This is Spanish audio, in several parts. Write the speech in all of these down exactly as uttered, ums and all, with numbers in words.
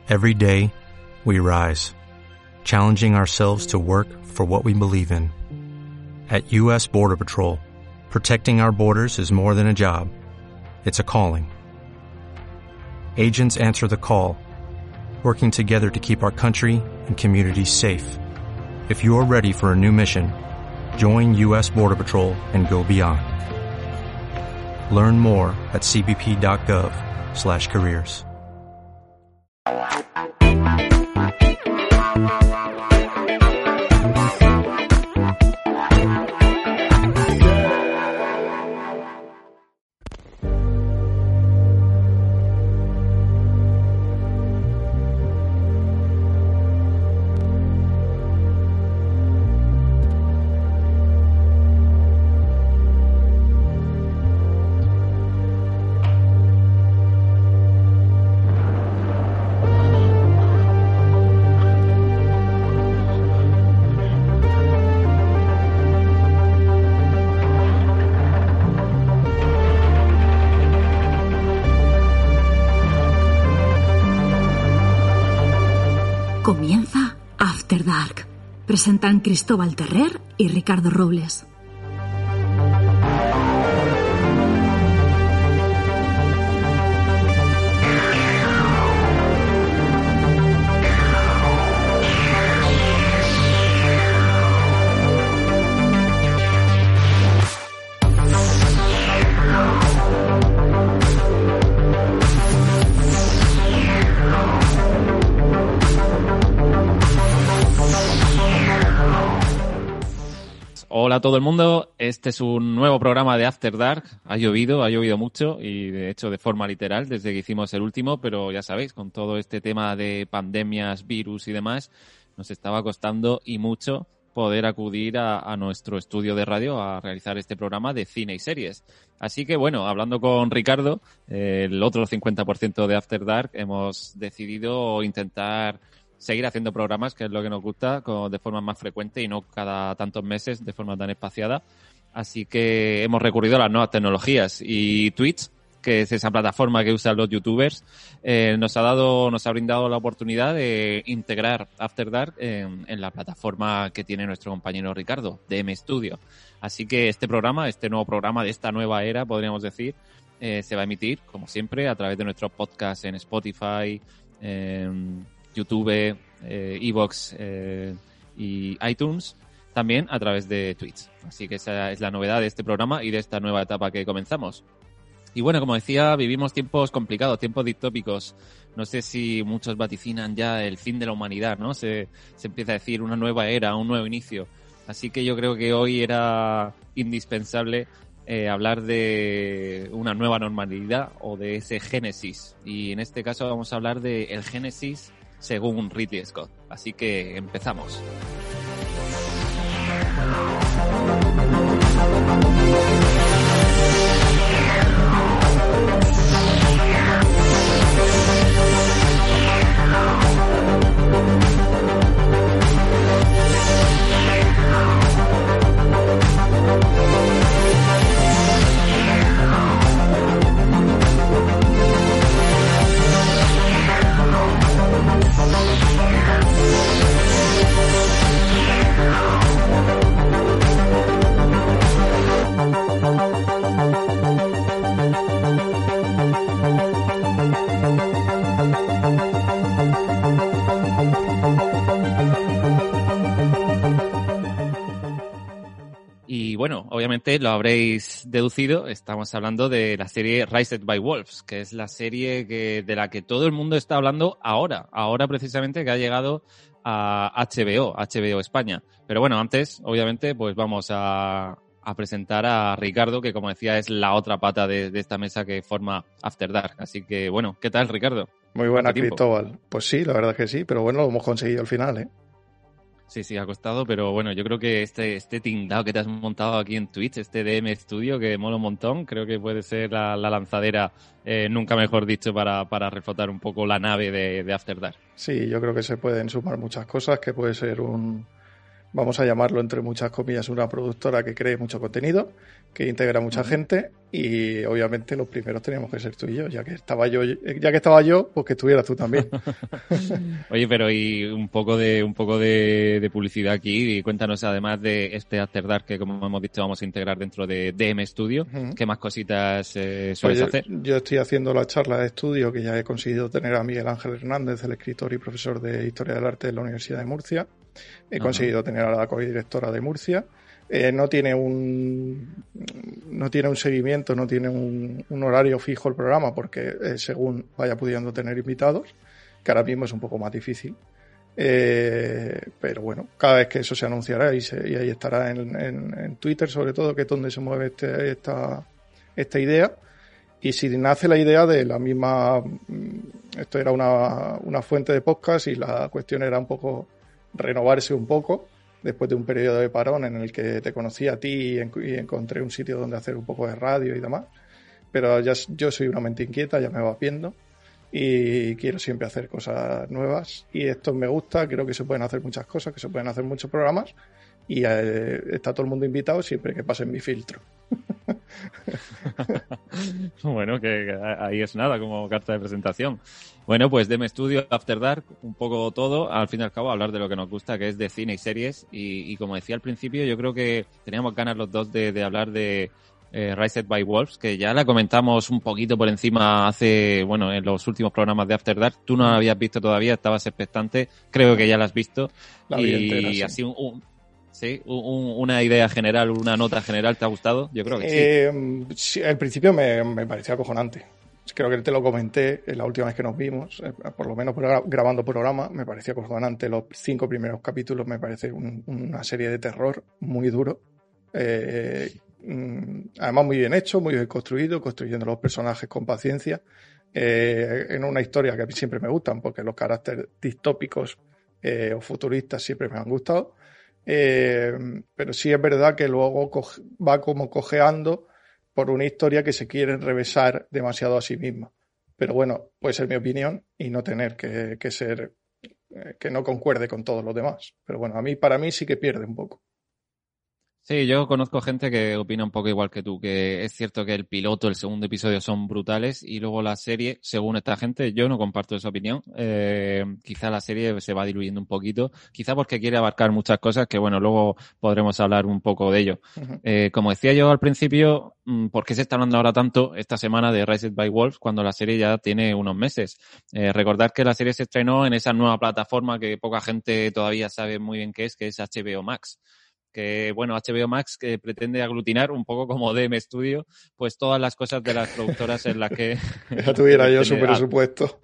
Every day, we rise, challenging ourselves to work for what we believe in. At U S Border Patrol, protecting our borders is more than a job. It's a calling. Agents answer the call, working together to keep our country and communities safe. If you're ready for a new mission, join U S Border Patrol and go beyond. Learn more at cbp.gov slash careers. Comienza After Dark. Presentan Cristóbal Terrer y Ricardo Robles. Hola a todo el mundo, este es un nuevo programa de After Dark. Ha llovido, ha llovido mucho y de hecho de forma literal desde que hicimos el último, pero ya sabéis, con todo este tema de pandemias, virus y demás, nos estaba costando y mucho poder acudir a, a nuestro estudio de radio a realizar este programa de cine y series. Así que bueno, hablando con Ricardo, eh, el otro cincuenta por ciento de After Dark, hemos decidido intentar seguir haciendo programas, que es lo que nos gusta, con, de forma más frecuente y no cada tantos meses de forma tan espaciada. Así que hemos recurrido a las nuevas tecnologías y Twitch, que es esa plataforma que usan los youtubers, eh, nos ha dado, nos ha brindado la oportunidad de integrar After Dark en, en la plataforma que tiene nuestro compañero Ricardo, D M Studio. Así que este programa, este nuevo programa de esta nueva era, podríamos decir, eh, se va a emitir, como siempre, a través de nuestros podcasts en Spotify, en YouTube, eh, iVoox eh, y iTunes, también a través de Twitch. Así que esa es la novedad de este programa y de esta nueva etapa que comenzamos. Y bueno, como decía, vivimos tiempos complicados, tiempos distópicos. No sé si muchos vaticinan ya el fin de la humanidad, ¿no? Se, se empieza a decir una nueva era, un nuevo inicio. Así que yo creo que hoy era indispensable eh, hablar de una nueva normalidad o de ese génesis. Y en este caso vamos a hablar de el génesis según Ridley Scott. Así que empezamos. Y bueno, obviamente lo habréis deducido, estamos hablando de la serie Raised by Wolves, que es la serie que, de la que todo el mundo está hablando ahora, ahora precisamente que ha llegado a H B O, H B O España. Pero bueno, antes, obviamente, pues vamos a, a presentar a Ricardo, que como decía es la otra pata de, de esta mesa que forma After Dark. Así que bueno, ¿qué tal, Ricardo? Muy buena, Cristóbal. Pues sí, la verdad es que sí, pero bueno, lo hemos conseguido al final, ¿eh? Sí, sí, ha costado, pero bueno, yo creo que este este tinglado que te has montado aquí en Twitch, este D M Studio, que mola un montón, creo que puede ser la, la lanzadera, eh, nunca mejor dicho, para, para reflotar un poco la nave de, de After Dark. Sí, yo creo que se pueden sumar muchas cosas, que puede ser un, vamos a llamarlo entre muchas comillas, una productora que cree mucho contenido, que integra mucha uh-huh. gente y obviamente los primeros teníamos que ser tú y yo, ya que estaba yo, ya que estaba yo, pues que estuvieras tú también. Oye, pero y un poco de un poco de, de publicidad aquí, y cuéntanos además de este After Dark que, como hemos dicho, vamos a integrar dentro de D M Studio, uh-huh. ¿Qué más cositas eh, sueles pues yo, hacer? Yo estoy haciendo la charla de estudio, que ya he conseguido tener a Miguel Ángel Hernández, el escritor y profesor de Historia del Arte de la Universidad de Murcia. He uh-huh. conseguido tener a la codirectora de Murcia. Eh, no tiene un no tiene un seguimiento, no tiene un, un horario fijo el programa, porque eh, según vaya pudiendo tener invitados, que ahora mismo es un poco más difícil. Eh, pero bueno, cada vez que eso se anunciará y, se, y ahí estará en, en, en Twitter, sobre todo, que es donde se mueve este, esta, esta idea. Y si nace la idea de la misma, esto era una, una fuente de podcast y la cuestión era un poco renovarse un poco después de un periodo de parón en el que te conocí a ti y, en, y encontré un sitio donde hacer un poco de radio y demás. Pero ya yo soy una mente inquieta, ya me vas viendo, y quiero siempre hacer cosas nuevas. Y esto me gusta, creo que se pueden hacer muchas cosas, que se pueden hacer muchos programas, y eh, está todo el mundo invitado siempre que pasen mi filtro. Bueno, que, que ahí es nada como carta de presentación. Bueno, pues D M Studio, After Dark, un poco todo, al fin y al cabo hablar de lo que nos gusta, que es de cine y series, y, y como decía al principio, yo creo que teníamos ganas los dos de, de hablar de eh, Raised by Wolves, que ya la comentamos un poquito por encima hace, bueno, en los últimos programas de After Dark. Tú no la habías visto todavía, estabas expectante, creo que ya la has visto. La y entera, sí. así un, un Sí, un, una idea general, una nota general, ¿te ha gustado? Yo creo que eh, sí. sí. Al principio me, me pareció acojonante. Creo que te lo comenté la última vez que nos vimos, eh, por lo menos grabando programa, me parecía acojonante. Los cinco primeros capítulos me parece un, una serie de terror muy duro. Eh, además muy bien hecho, muy bien construido, construyendo los personajes con paciencia. Eh, en una historia que a mí siempre me gustan, porque los caracteres distópicos eh, o futuristas siempre me han gustado. Eh, pero sí es verdad que luego coge, va como cojeando por una historia que se quiere enrevesar demasiado a sí misma. Pero bueno, puede ser mi opinión y no tener que, que ser, eh, que no concuerde con todos los demás. Pero bueno, a mí, para mí sí que pierde un poco. Sí, yo conozco gente que opina un poco igual que tú, que es cierto que el piloto, el segundo episodio son brutales y luego la serie, según esta gente, yo no comparto esa opinión. Eh, quizá la serie se va diluyendo un poquito, quizá porque quiere abarcar muchas cosas que, bueno, luego podremos hablar un poco de ello. Uh-huh. Eh, como decía yo al principio, ¿por qué se está hablando ahora tanto esta semana de Raised by Wolves cuando la serie ya tiene unos meses? Eh, recordar que la serie se estrenó en esa nueva plataforma que poca gente todavía sabe muy bien qué es, que es H B O Max. Que, bueno, H B O Max que pretende aglutinar un poco como D M Studio, pues todas las cosas de las productoras en las que... Ya tuviera yo su presupuesto.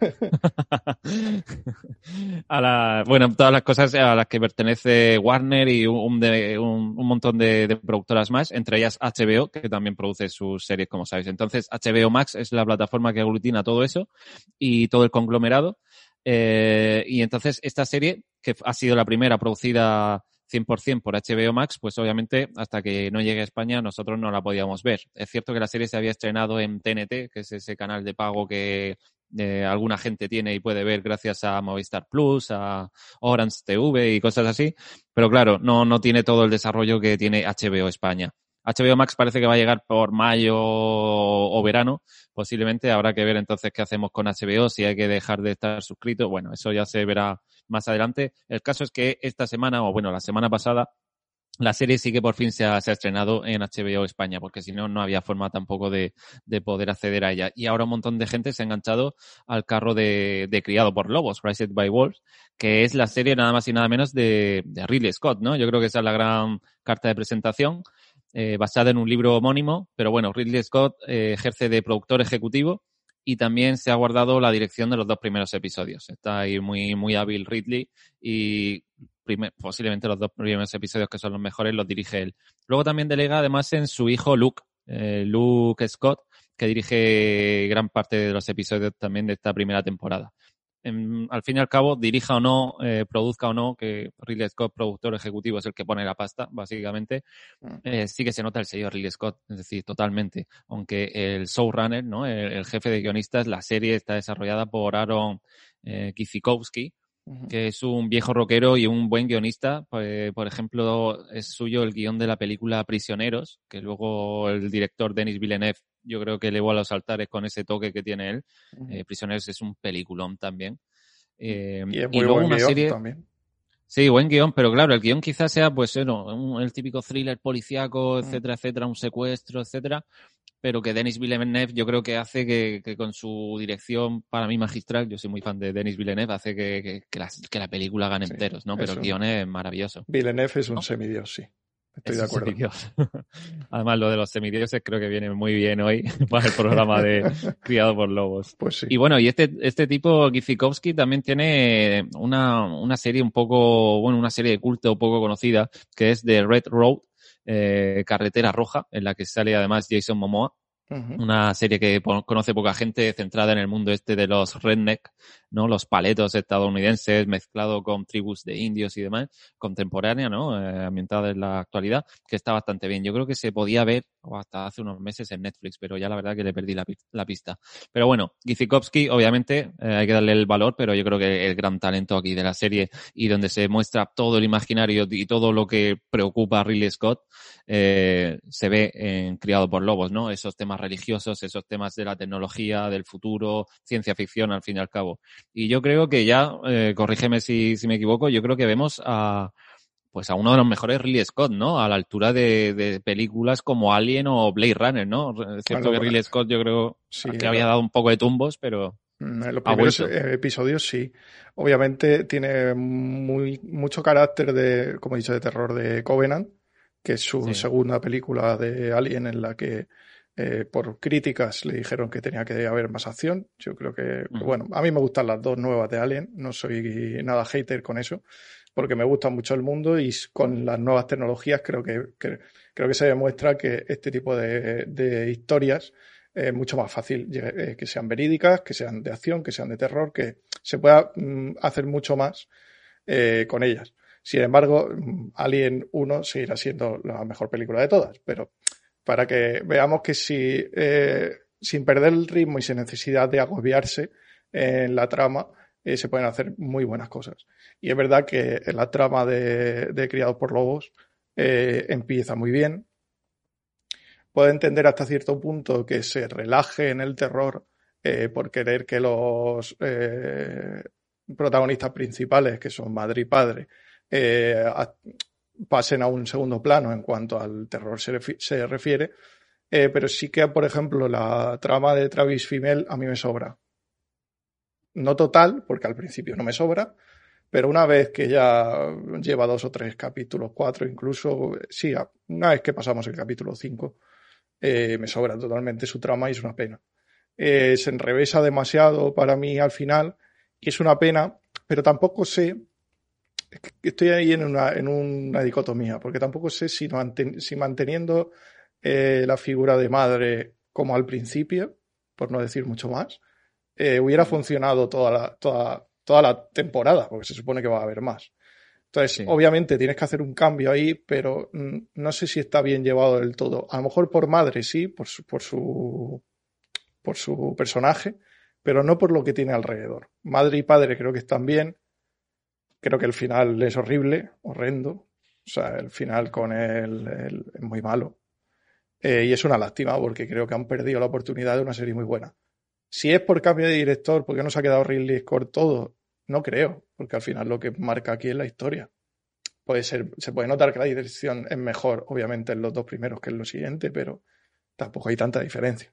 a la, bueno, todas las cosas a las que pertenece Warner y un, de, un, un montón de, de productoras más, entre ellas H B O, que también produce sus series, como sabéis. Entonces, H B O Max es la plataforma que aglutina todo eso y todo el conglomerado. Eh, y entonces, esta serie, que ha sido la primera producida cien por ciento por H B O Max, pues obviamente hasta que no llegue a España nosotros no la podíamos ver. Es cierto que la serie se había estrenado en T N T, que es ese canal de pago que eh, alguna gente tiene y puede ver gracias a Movistar Plus, a Orange T V y cosas así, pero claro, no, no tiene todo el desarrollo que tiene H B O España. H B O Max parece que va a llegar por mayo o verano, posiblemente. Habrá que ver entonces qué hacemos con H B O, si hay que dejar de estar suscrito. Bueno, eso ya se verá más adelante. El caso es que esta semana, o bueno, la semana pasada, la serie sí que por fin se ha, se ha estrenado en H B O España, porque si no, no había forma tampoco de, de poder acceder a ella. Y ahora un montón de gente se ha enganchado al carro de, de Criado por Lobos, Raised by Wolves, que es la serie nada más y nada menos de, de Ridley Scott, ¿no? Yo creo que esa es la gran carta de presentación. Eh, basada en un libro homónimo, pero bueno, Ridley Scott eh, ejerce de productor ejecutivo y también se ha guardado la dirección de los dos primeros episodios. Está ahí muy, muy hábil Ridley y primer, posiblemente los dos primeros episodios, que son los mejores, los dirige él. Luego también delega además en su hijo Luke, eh, Luke Scott, que dirige gran parte de los episodios también de esta primera temporada. En, al fin y al cabo, dirija o no, eh, produzca o no, que Ridley Scott, productor ejecutivo, es el que pone la pasta, básicamente, eh, sí que se nota el sello de Ridley Scott, es decir, totalmente. Aunque el showrunner, ¿no? El, el jefe de guionistas, la serie está desarrollada por Aaron eh, Kicikowski, uh-huh. que es un viejo rockero y un buen guionista. Pues, por ejemplo, es suyo el guión de la película Prisioneros, que luego el director Denis Villeneuve yo creo que elevó a los altares con ese toque que tiene él. Uh-huh. Eh, Prisioneros es un peliculón también. Eh, y es muy y luego buen una guión serie... también. Sí, buen guión, pero claro, el guión quizás sea, pues, bueno, un, el típico thriller policíaco, etcétera, etcétera, un secuestro, etcétera, pero que Denis Villeneuve yo creo que hace que, que con su dirección, para mí magistral, yo soy muy fan de Denis Villeneuve, hace que, que, que, la, que la película gane sí, enteros, ¿no? Pero el guión es maravilloso. Villeneuve es un ¿no? semidios, sí. Estoy es de acuerdo. Semidios. Además, lo de los semidioses creo que viene muy bien hoy para el programa de Criado por Lobos. Pues sí. Y bueno, y este, este tipo, Gizikowski, también tiene una, una serie un poco, bueno, una serie de culto poco conocida, que es The Red Road, eh, Carretera Roja, en la que sale además Jason Momoa. Uh-huh. Una serie que conoce poca gente, centrada en el mundo este de los redneck, ¿no? Los paletos estadounidenses mezclado con tribus de indios y demás, contemporánea, ¿no? Eh, ambientada en la actualidad, que está bastante bien. Yo creo que se podía ver o hasta hace unos meses en Netflix, pero ya la verdad que le perdí la, la pista. Pero bueno, Gizikowski, obviamente, eh, hay que darle el valor, pero yo creo que el gran talento aquí de la serie y donde se muestra todo el imaginario y todo lo que preocupa a Ridley Scott, eh, se ve en Criado por Lobos, ¿no? Esos temas religiosos, esos temas de la tecnología, del futuro, ciencia ficción, al fin y al cabo. Y yo creo que ya, eh, corrígeme si, si me equivoco, yo creo que vemos a, pues a uno de los mejores Ridley Scott, ¿no? A la altura de, de películas como Alien o Blade Runner, ¿no? Es cierto bueno, que Ridley Scott yo creo sí, que había dado un poco de tumbos, pero... En los primeros episodios sí. Obviamente tiene muy mucho carácter de, como he dicho, de terror de Covenant, que es su sí. segunda película de Alien en la que eh, por críticas le dijeron que tenía que haber más acción. Yo creo que, uh-huh. bueno, a mí me gustan las dos nuevas de Alien, no soy nada hater con eso, porque me gusta mucho el mundo y con las nuevas tecnologías creo que, que, creo que se demuestra que este tipo de, de historias es mucho más fácil eh, que sean verídicas, que sean de acción, que sean de terror, que se pueda mm, hacer mucho más eh, con ellas. Sin embargo, Alien uno seguirá siendo la mejor película de todas, pero para que veamos que si eh, sin perder el ritmo y sin necesidad de agobiarse en la trama, eh, se pueden hacer muy buenas cosas. Y es verdad que la trama de, de Criados por Lobos eh, empieza muy bien. Puedo entender hasta cierto punto que se relaje en el terror eh, por querer que los eh, protagonistas principales, que son madre y padre, eh, a, pasen a un segundo plano en cuanto al terror se, refi- se refiere, eh, pero sí que, por ejemplo, la trama de Travis Fimmel a mí me sobra. No total, porque al principio no me sobra, pero una vez que ya lleva dos o tres capítulos, cuatro incluso, sí, una vez que pasamos el capítulo cinco, eh, me sobra totalmente su trama y es una pena. Eh, se enrevesa demasiado para mí al final y es una pena, pero tampoco sé, estoy ahí en una, en una dicotomía, porque tampoco sé si, manten, si manteniendo eh, la figura de madre como al principio, por no decir mucho más, eh, hubiera funcionado toda la, toda, toda la temporada, porque se supone que va a haber más. Entonces, sí. Obviamente tienes que hacer un cambio ahí, pero mm, no sé si está bien llevado del todo. A lo mejor por madre sí, por su, por su, por su personaje, pero no por lo que tiene alrededor. Madre y padre creo que están bien. Creo que el final es horrible, horrendo. O sea, el final con él, él es muy malo. Eh, y es una lástima porque creo que han perdido la oportunidad de una serie muy buena. Si es por cambio de director, porque no se ha quedado Ridley Scott todo, no creo, porque al final lo que marca aquí es la historia. Puede ser, se puede notar que la dirección es mejor, obviamente, en los dos primeros que en los siguientes, pero tampoco hay tanta diferencia.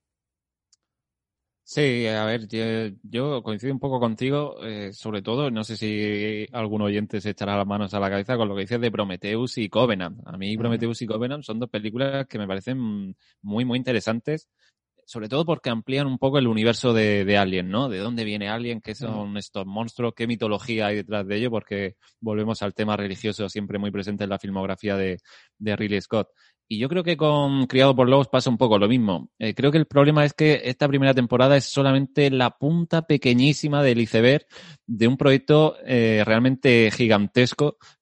Sí, a ver, yo, yo coincido un poco contigo, eh, sobre todo, no sé si algún oyente se echará las manos a la cabeza con lo que dices de Prometheus y Covenant. A mí Prometheus y Covenant son dos películas que me parecen muy, muy interesantes, sobre todo porque amplían un poco el universo de, de Alien, ¿no? De dónde viene Alien, qué son estos monstruos, qué mitología hay detrás de ello, porque volvemos al tema religioso siempre muy presente en la filmografía de, de Ridley Scott. Y yo creo que con Criado por Lobos pasa un poco lo mismo. Eh, creo que el problema es que esta primera temporada es solamente la punta pequeñísima del iceberg de un proyecto eh, realmente gigantesco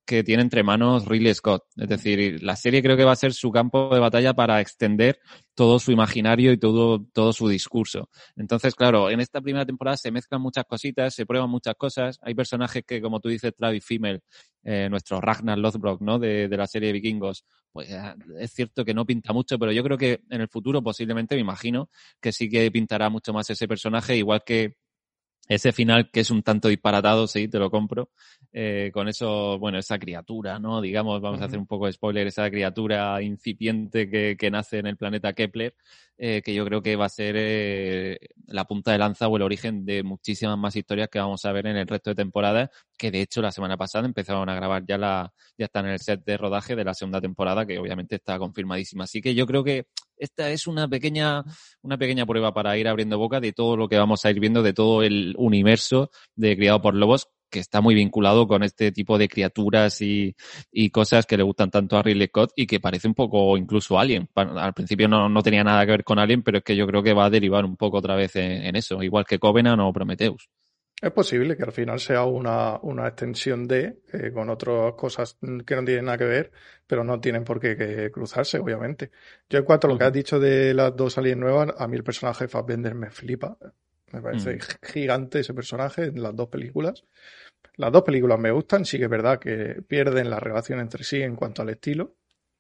que tiene entre manos Ridley Scott. Es decir, la serie creo que va a ser su campo de batalla para extender todo su imaginario y todo, todo su discurso. Entonces, claro, en esta primera temporada se mezclan muchas cositas, se prueban muchas cosas. Hay personajes que, como tú dices, Travis Fimmel, eh, nuestro Ragnar Lothbrok, ¿no? De, de la serie de Vikingos, pues es cierto que no pinta mucho, pero yo creo que en el futuro posiblemente, me imagino, que sí que pintará mucho más ese personaje, igual que ese final que es un tanto disparatado, sí, te lo compro, eh, con eso, bueno, esa criatura, ¿no? Digamos, vamos uh-huh. a hacer un poco de spoiler, esa criatura incipiente que, que nace en el planeta Kepler, eh, que yo creo que va a ser eh, la punta de lanza o el origen de muchísimas más historias que vamos a ver en el resto de temporadas, que de hecho la semana pasada empezaron a grabar ya la, ya están en el set de rodaje de la segunda temporada, que obviamente está confirmadísima. Así que yo creo que esta es una pequeña, una pequeña prueba para ir abriendo boca de todo lo que vamos a ir viendo, de todo el universo de Criado por Lobos, que está muy vinculado con este tipo de criaturas y, y cosas que le gustan tanto a Ridley Scott y que parece un poco incluso Alien. Al principio no, no tenía nada que ver con Alien, pero es que yo creo que va a derivar un poco otra vez en, en eso, igual que Covenant o Prometheus. Es posible que al final sea una, una extensión de, eh, con otras cosas que no tienen nada que ver, pero no tienen por qué que cruzarse, obviamente. Yo en cuanto a lo que has dicho de las dos aliens nuevas, a mí el personaje de Fassbender me flipa. Me parece mm. gigante ese personaje en las dos películas. Las dos películas me gustan, sí que es verdad que pierden la relación entre sí en cuanto al estilo,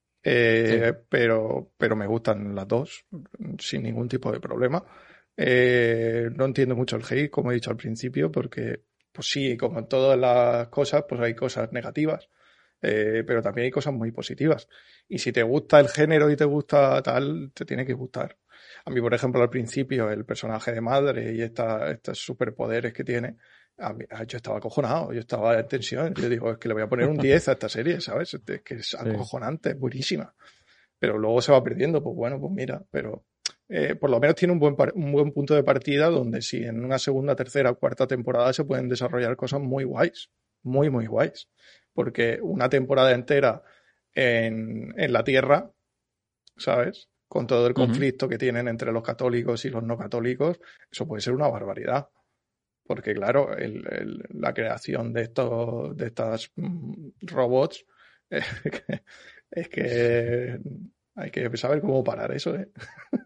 eh, sí. pero, pero me gustan las dos sin ningún tipo de problema. Eh, no entiendo mucho el hate, como he dicho al principio, porque pues sí, como en todas las cosas, pues hay cosas negativas, eh, pero también hay cosas muy positivas. Y si te gusta el género y te gusta tal, te tiene que gustar. A mí, por ejemplo, al principio, el personaje de madre y esta, estos superpoderes que tiene, a mí, yo estaba acojonado, yo estaba en tensión. Yo digo, es que le voy a poner un diez a esta serie, ¿sabes? Es que es acojonante, es buenísima. Pero luego se va perdiendo, pues bueno, pues mira, pero eh, por lo menos tiene un buen, par- un buen punto de partida donde si en una segunda, tercera o cuarta temporada se pueden desarrollar cosas muy guays, muy, muy guays. Porque una temporada entera en, en la Tierra, ¿sabes? Con todo el conflicto uh-huh. que tienen entre los católicos y los no católicos, eso puede ser una barbaridad. Porque claro, el, el, la creación de estos, de estas mm, robots, eh, es que hay que saber cómo parar eso, ¿eh?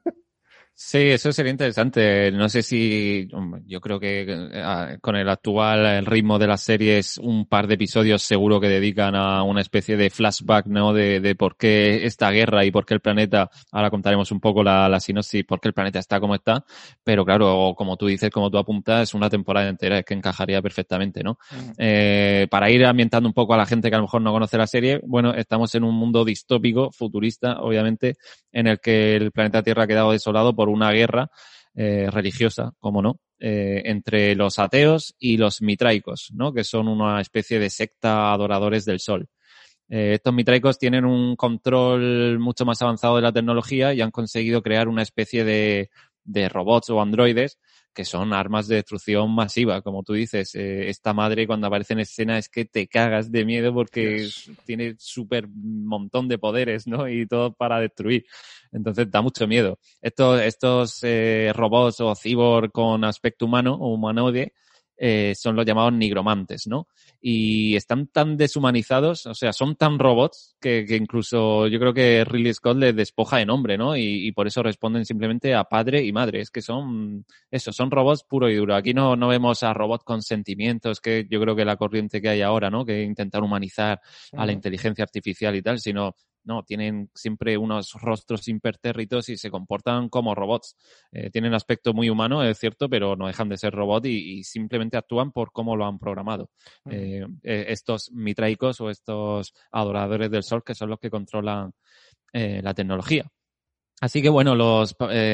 Sí, eso sería interesante. No sé si, yo creo que eh, con el actual ritmo de las series, un par de episodios seguro que dedican a una especie de flashback, ¿no? De, de por qué esta guerra y por qué el planeta, ahora contaremos un poco la, la sinopsis, por qué el planeta está como está, pero claro, como tú dices, como tú apuntas, una temporada entera es que encajaría perfectamente, ¿no? Uh-huh. Eh, para ir ambientando un poco a la gente que a lo mejor no conoce la serie, bueno, estamos en un mundo distópico, futurista, obviamente, en el que el planeta Tierra ha quedado desolado por una guerra eh, religiosa, como no, eh, entre los ateos y los mitraicos, ¿no? Que son una especie de secta adoradores del sol. Eh, estos mitraicos tienen un control mucho más avanzado de la tecnología y han conseguido crear una especie de, de robots o androides que son armas de destrucción masiva, como tú dices. Eh, esta madre cuando aparece en escena es que te cagas de miedo porque yes. tiene súper montón de poderes, ¿no? Y todo para destruir. Entonces da mucho miedo. Estos, estos eh, robots o cyborg con aspecto humano o humanoide eh, son los llamados nigromantes, ¿no? Y están tan deshumanizados, o sea, son tan robots que, que incluso yo creo que Ridley Scott les despoja de nombre, ¿no? Y, y por eso responden simplemente a padre y madre. Es que son, eso, son robots puro y duro. Aquí no, no vemos a robots con sentimientos, que yo creo que la corriente que hay ahora, ¿no? Que intentar humanizar a la inteligencia artificial y tal, sino no, tienen siempre unos rostros impertérritos y se comportan como robots. Eh, tienen aspecto muy humano, es cierto, pero no dejan de ser robots y, y simplemente actúan por cómo lo han programado. Uh-huh. Eh, eh, estos mitraicos o estos adoradores del sol que son los que controlan eh, la tecnología. Así que bueno, los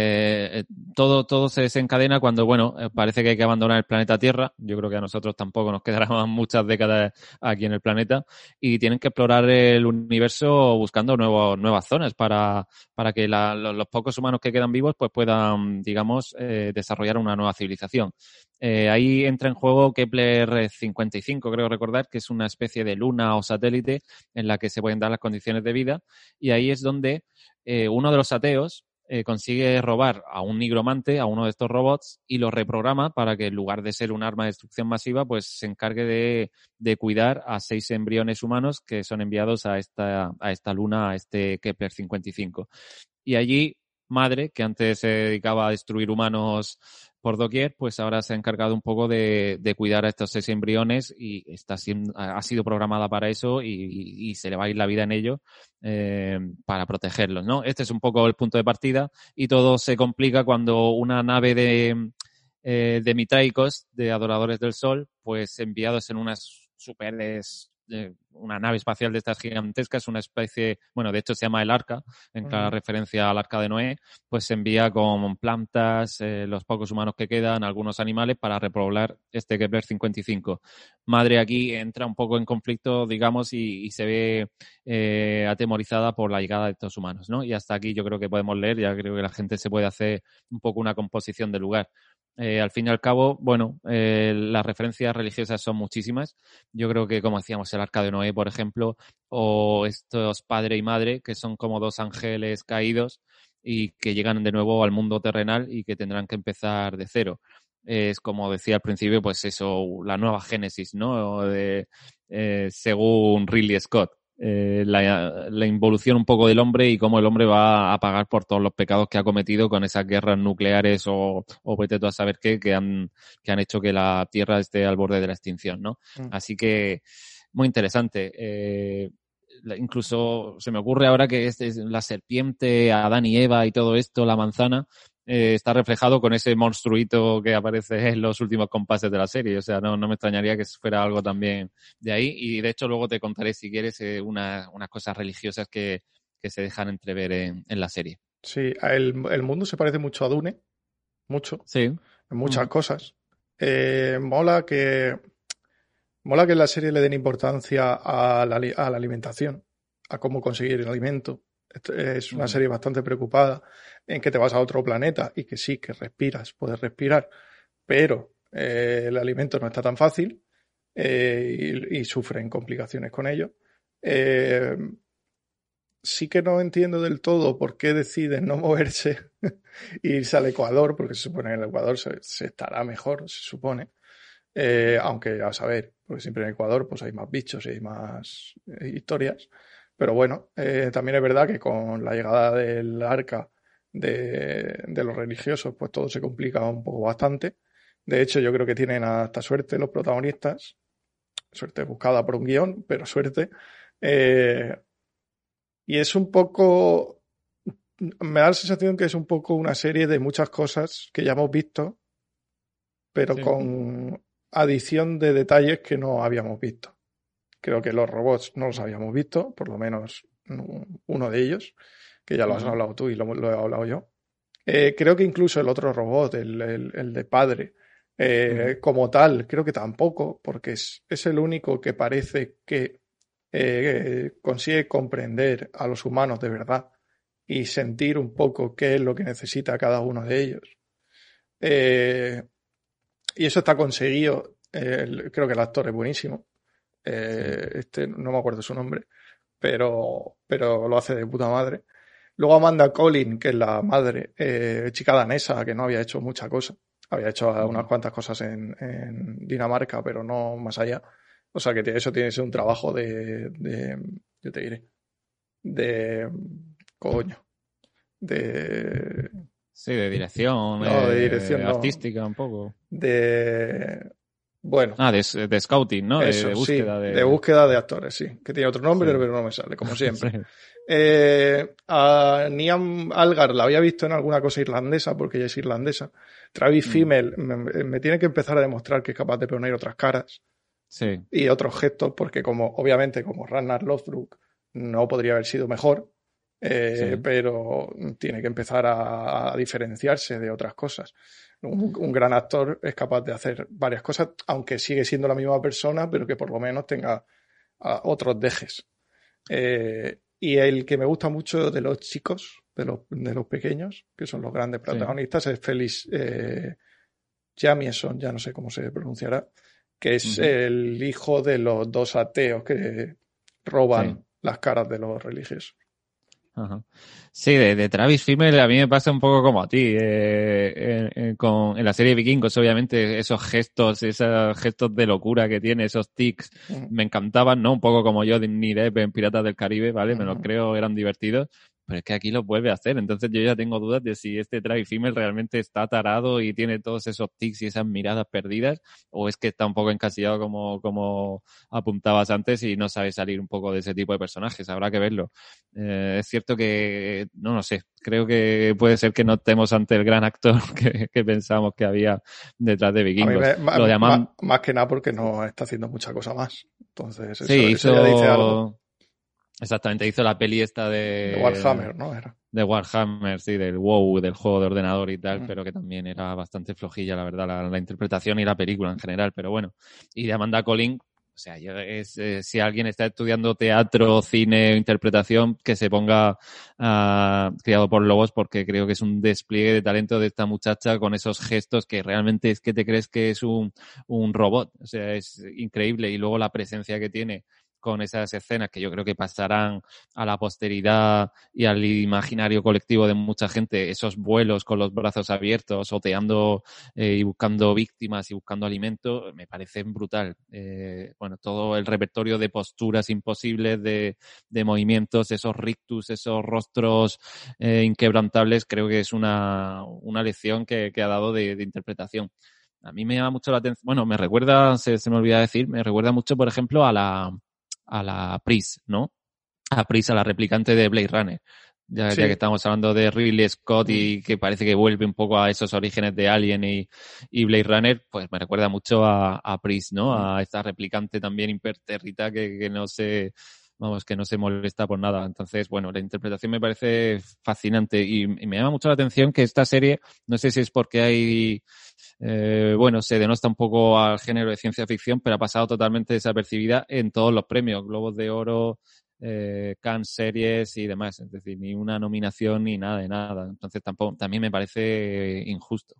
eh, todo todo se desencadena cuando, bueno, parece que hay que abandonar el planeta Tierra. Yo creo que a nosotros tampoco nos quedarán muchas décadas aquí en el planeta y tienen que explorar el universo buscando nuevos, nuevas zonas para para que la, los, los pocos humanos que quedan vivos pues puedan, digamos, eh, desarrollar una nueva civilización. Eh, ahí entra en juego Kepler cincuenta y cinco, creo recordar, que es una especie de luna o satélite en la que se pueden dar las condiciones de vida y ahí es donde Eh, uno de los ateos eh, consigue robar a un nigromante, a uno de estos robots, y lo reprograma para que en lugar de ser un arma de destrucción masiva, pues se encargue de, de cuidar a seis embriones humanos que son enviados a esta, a esta luna, a este Kepler cincuenta y cinco. Y allí, Madre, que antes se dedicaba a destruir humanos por doquier, pues ahora se ha encargado un poco de, de cuidar a estos seis embriones y está siendo, ha sido programada para eso y, y, y se le va a ir la vida en ello eh, para protegerlos, ¿no? Este es un poco el punto de partida y todo se complica cuando una nave de, eh, de mitraicos, de adoradores del sol, pues enviados en unas superes, eh, una nave espacial de estas gigantescas, una especie, bueno, de hecho se llama el Arca, en clara uh-huh. referencia al Arca de Noé, pues se envía con plantas, eh, los pocos humanos que quedan, algunos animales para repoblar este Kepler cincuenta y cinco. Madre aquí entra un poco en conflicto, digamos, y, y se ve eh, atemorizada por la llegada de estos humanos, ¿no? Y hasta aquí yo creo que podemos leer, ya creo que la gente se puede hacer un poco una composición del lugar. Eh, al fin y al cabo, bueno, eh, las referencias religiosas son muchísimas. Yo creo que, como decíamos, el Arca de Noé, por ejemplo, o estos padre y madre, que son como dos ángeles caídos y que llegan de nuevo al mundo terrenal y que tendrán que empezar de cero. Es como decía al principio, pues eso, la nueva Génesis, ¿no? De, eh, según Ridley Scott. Eh, la, la involución un poco del hombre y cómo el hombre va a pagar por todos los pecados que ha cometido con esas guerras nucleares o, o vete tú a saber qué, que han, que han hecho que la Tierra esté al borde de la extinción, ¿no? Mm. Así que, muy interesante. Eh, incluso se me ocurre ahora que es, es la serpiente, Adán y Eva y todo esto, la manzana, eh, está reflejado con ese monstruito que aparece en los últimos compases de la serie. O sea, no, no me extrañaría que fuera algo también de ahí. Y de hecho luego te contaré, si quieres, eh, una, unas cosas religiosas que, que se dejan entrever en, en la serie. Sí, el, el mundo se parece mucho a Dune, mucho, sí. en muchas uh-huh. cosas. Eh, mola que mola que en la serie le den importancia a la, a la alimentación, a cómo conseguir el alimento. Es una serie bastante preocupada en que te vas a otro planeta y que sí, que respiras, puedes respirar, pero eh, el alimento no está tan fácil eh, y, y sufren complicaciones con ello. Eh, sí que no entiendo del todo por qué deciden no moverse e irse al Ecuador, porque se supone que en el Ecuador se, se estará mejor, se supone. Eh, aunque a saber, porque siempre en Ecuador pues hay más bichos y hay más eh, historias. Pero bueno, eh, también es verdad que con la llegada del arca de, de los religiosos, pues todo se complica un poco bastante. De hecho, yo creo que tienen hasta suerte los protagonistas. Suerte buscada por un guión, pero suerte. Eh, y es un poco... Me da la sensación que es un poco una serie de muchas cosas que ya hemos visto, pero sí. con adición de detalles que no habíamos visto. Creo que los robots no los habíamos visto, por lo menos uno de ellos, que ya lo has uh-huh. hablado tú y lo, lo he hablado yo. Eh, creo que incluso el otro robot, el, el, el de padre, eh, uh-huh. como tal, creo que tampoco, porque es, es el único que parece que eh, consigue comprender a los humanos de verdad y sentir un poco qué es lo que necesita cada uno de ellos. Eh, y eso está conseguido. Eh, creo que el actor es buenísimo. Eh, sí. Este no me acuerdo su nombre, pero, pero lo hace de puta madre. Luego Amanda Collin, que es la madre, eh, chica danesa, que no había hecho mucha cosa. Había hecho uh-huh. unas cuantas cosas en, en Dinamarca, pero no más allá. O sea que eso tiene que ser un trabajo de, de yo te diré, de coño, de... Sí, de dirección, no, eh, de dirección artística no. un poco. De... Bueno. Ah, de, de scouting, ¿no? Eso, de, de búsqueda sí, de... de búsqueda de actores, sí. Que tiene otro nombre, sí. pero no me sale, como siempre. sí. eh, a Niam Algar la había visto en alguna cosa irlandesa, porque ella es irlandesa. Travis mm. Fimmel me, me tiene que empezar a demostrar que es capaz de poner otras caras. Sí. Y otros gestos, porque como, obviamente, como Ragnar Lothbrok no podría haber sido mejor, eh, sí. pero tiene que empezar a, a diferenciarse de otras cosas. Un, un gran actor es capaz de hacer varias cosas, aunque sigue siendo la misma persona, pero que por lo menos tenga uh, otros dejes. Eh, y el que me gusta mucho de los chicos, de los, de los pequeños, que son los grandes protagonistas, sí. es Félix eh, Jamieson, ya no sé cómo se pronunciará, que es uh-huh. el hijo de los dos ateos que roban sí. las caras de los religiosos. Ajá. Sí, de, de Travis Fimmel a mí me pasa un poco como a ti. Eh, en, en, con, en la serie Vikingos, obviamente, esos gestos, esos gestos de locura que tiene, esos tics, Uh-huh. me encantaban, ¿no? Un poco como yo de Depp en Piratas del Caribe, ¿vale? Uh-huh. Me los creo, eran divertidos. Pero es que aquí los vuelve a hacer. Entonces yo ya tengo dudas de si este Travis Fimmel realmente está tarado y tiene todos esos tics y esas miradas perdidas, o es que está un poco encasillado como, como apuntabas antes y no sabe salir un poco de ese tipo de personajes. Habrá que verlo. Eh, es cierto que, no lo sé, creo que puede ser que no estemos ante el gran actor que, que pensamos que había detrás de Vikingos. A mí me, lo de Amand... más, más que nada porque no está haciendo mucha cosa más. Entonces eso, sí, hizo... eso ya dice algo. Exactamente, hizo la peli esta de... De Warhammer, ¿no? Era. De Warhammer, sí, del WoW, del juego de ordenador y tal, Mm. pero que también era bastante flojilla, la verdad, la, la interpretación y la película en general, pero bueno. Y de Amanda Collins, o sea, yo es, eh, si alguien está estudiando teatro, cine, interpretación, que se ponga uh, Criado por Lobos, porque creo que es un despliegue de talento de esta muchacha con esos gestos que realmente es que te crees que es un, un robot, o sea, es increíble. Y luego la presencia que tiene con esas escenas que yo creo que pasarán a la posteridad y al imaginario colectivo de mucha gente, esos vuelos con los brazos abiertos, oteando eh, y buscando víctimas y buscando alimento, me parecen brutal. Eh, bueno, todo el repertorio de posturas imposibles, de, de movimientos, esos rictus, esos rostros eh, inquebrantables, creo que es una, una lección que, que ha dado de, de interpretación. A mí me llama mucho la atención, bueno, me recuerda, se, se me olvidaba decir, me recuerda mucho, por ejemplo, a la a la Pris, ¿no? A Pris, a la replicante de Blade Runner. Ya, sí. ya que estamos hablando de Ridley Scott y que parece que vuelve un poco a esos orígenes de Alien y, y Blade Runner, pues me recuerda mucho a, a Pris, ¿no? A esta replicante también impertérrita que, que no se... vamos, que no se molesta por nada. Entonces, bueno, la interpretación me parece fascinante y, y me llama mucho la atención que esta serie, no sé si es porque hay, eh, bueno, se denosta un poco al género de ciencia ficción, pero ha pasado totalmente desapercibida en todos los premios, Globos de Oro, eh, Cannes Series y demás. Es decir, ni una nominación ni nada de nada. Entonces, tampoco, también me parece injusto.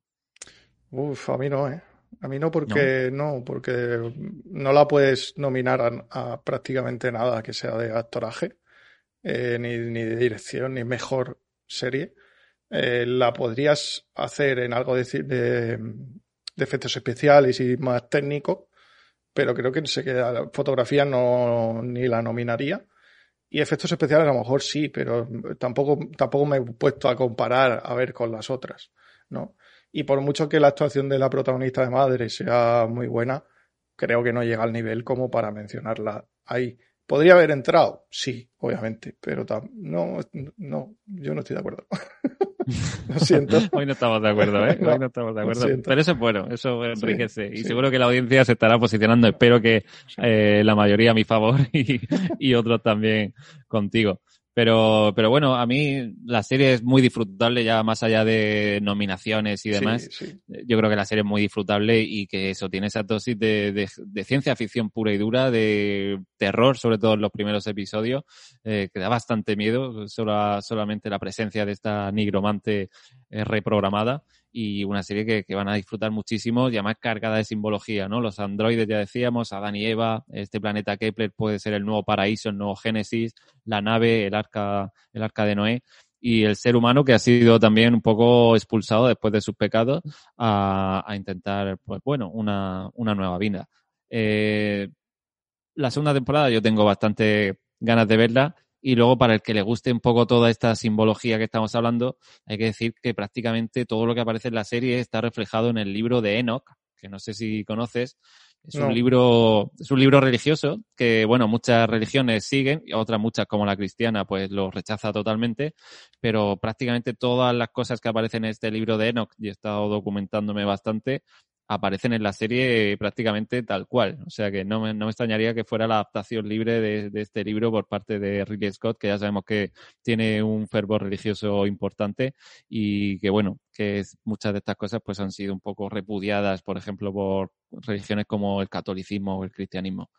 Uf, a mí no, ¿eh? A mí no porque no, no porque no la puedes nominar a, a prácticamente nada que sea de actoraje, eh, ni, ni de dirección, ni mejor serie. Eh, la podrías hacer en algo de, de, de efectos especiales y más técnico, pero creo que se queda, fotografía no ni la nominaría. Y efectos especiales a lo mejor sí, pero tampoco, tampoco me he puesto a comparar a ver con las otras, ¿no? Y por mucho que la actuación de la protagonista de madre sea muy buena, creo que no llega al nivel como para mencionarla ahí. ¿Podría haber entrado? Sí, obviamente, pero tam- no, no, yo no estoy de acuerdo. Lo siento. Hoy no estamos de acuerdo, ¿eh? No, Hoy no estamos de acuerdo. lo siento. Pero eso es bueno, eso enriquece. Sí, y sí. seguro que la audiencia se estará posicionando, espero que eh, la mayoría a mi favor y, y otros también contigo. Pero, pero bueno, a mí la serie es muy disfrutable ya más allá de nominaciones y demás. Sí, sí. Yo creo que la serie es muy disfrutable y que eso tiene esa dosis de, de, de ciencia ficción pura y dura, de terror, sobre todo en los primeros episodios, eh, que da bastante miedo, solo, solamente la presencia de esta nigromante eh, reprogramada. Y una serie que, que van a disfrutar muchísimo y además cargada de simbología, ¿no? Los androides, ya decíamos, Adán y Eva, este planeta Kepler puede ser el nuevo paraíso, el nuevo Génesis, la nave, el arca, el arca de Noé y el ser humano que ha sido también un poco expulsado después de sus pecados a, a intentar, pues bueno, una, una nueva vida. Eh, la segunda temporada yo tengo bastante ganas de verla. Y luego, para el que le guste un poco toda esta simbología que estamos hablando, hay que decir que prácticamente todo lo que aparece en la serie está reflejado en el libro de Enoch, que no sé si conoces. Es No. un libro, es un libro religioso que, bueno, muchas religiones siguen, y otras muchas, como la cristiana, pues lo rechaza totalmente, pero prácticamente todas las cosas que aparecen en este libro de Enoch, y he estado documentándome bastante, aparecen en la serie prácticamente tal cual. O sea que no me, no me extrañaría que fuera la adaptación libre de, de este libro por parte de Ridley Scott, que ya sabemos que tiene un fervor religioso importante y que, bueno, que es, muchas de estas cosas pues han sido un poco repudiadas, por ejemplo, por religiones como el catolicismo o el cristianismo.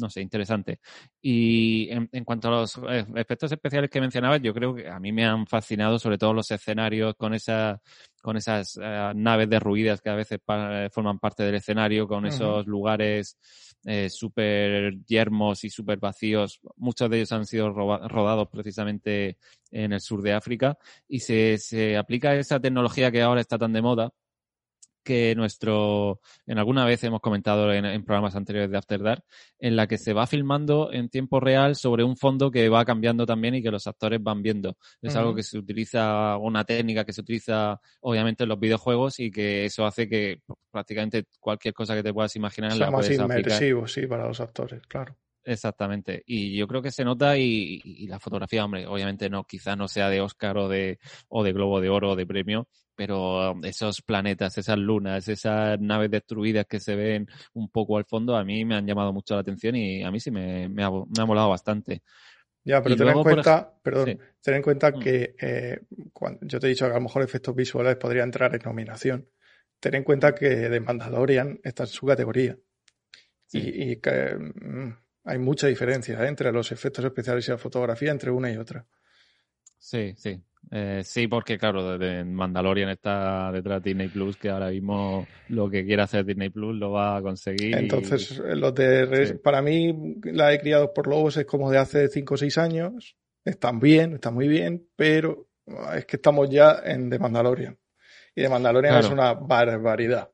no sé, interesante. Y en, en cuanto a los efectos especiales que mencionabas, yo creo que a mí me han fascinado sobre todo los escenarios con esa, con esas uh, naves derruidas que a veces pa- forman parte del escenario, con uh-huh. esos lugares eh, súper yermos y súper vacíos. Muchos de ellos han sido roba- rodados precisamente en el sur de África y se, se aplica esa tecnología que ahora está tan de moda, que nuestro, en alguna vez hemos comentado en, en programas anteriores de After Dark, en la que se va filmando en tiempo real sobre un fondo que va cambiando también y que los actores van viendo. Es uh-huh. algo que se utiliza, una técnica que se utiliza obviamente en los videojuegos y que eso hace que prácticamente cualquier cosa que te puedas imaginar sea la más puedes inmersivo, aplicar. Sí, para los actores, claro. Exactamente. Y yo creo que se nota y, y la fotografía, hombre, obviamente no, quizás no sea de Oscar o de, o de Globo de Oro o de premio, pero esos planetas, esas lunas, esas naves destruidas que se ven un poco al fondo, a mí me han llamado mucho la atención y a mí sí me, me, ha, me ha molado bastante. Ya, pero y ten luego, en cuenta, por... perdón, sí. ten en cuenta que eh, cuando, yo te he dicho que a lo mejor efectos visuales podría entrar en nominación. Ten en cuenta que The Mandalorian está en su categoría. Sí. Y, y que mm, hay mucha diferencia ¿eh? entre los efectos especiales y la fotografía entre una y otra. Sí, sí. Eh, sí, porque claro, de Mandalorian está detrás de Disney Plus, que ahora mismo lo que quiera hacer Disney Plus lo va a conseguir. Entonces, y... los de sí. para mí, la de Criados por Lobos es como de hace cinco o seis años. Están bien, están muy bien, pero es que estamos ya en The Mandalorian. Y The Mandalorian claro. es una barbaridad.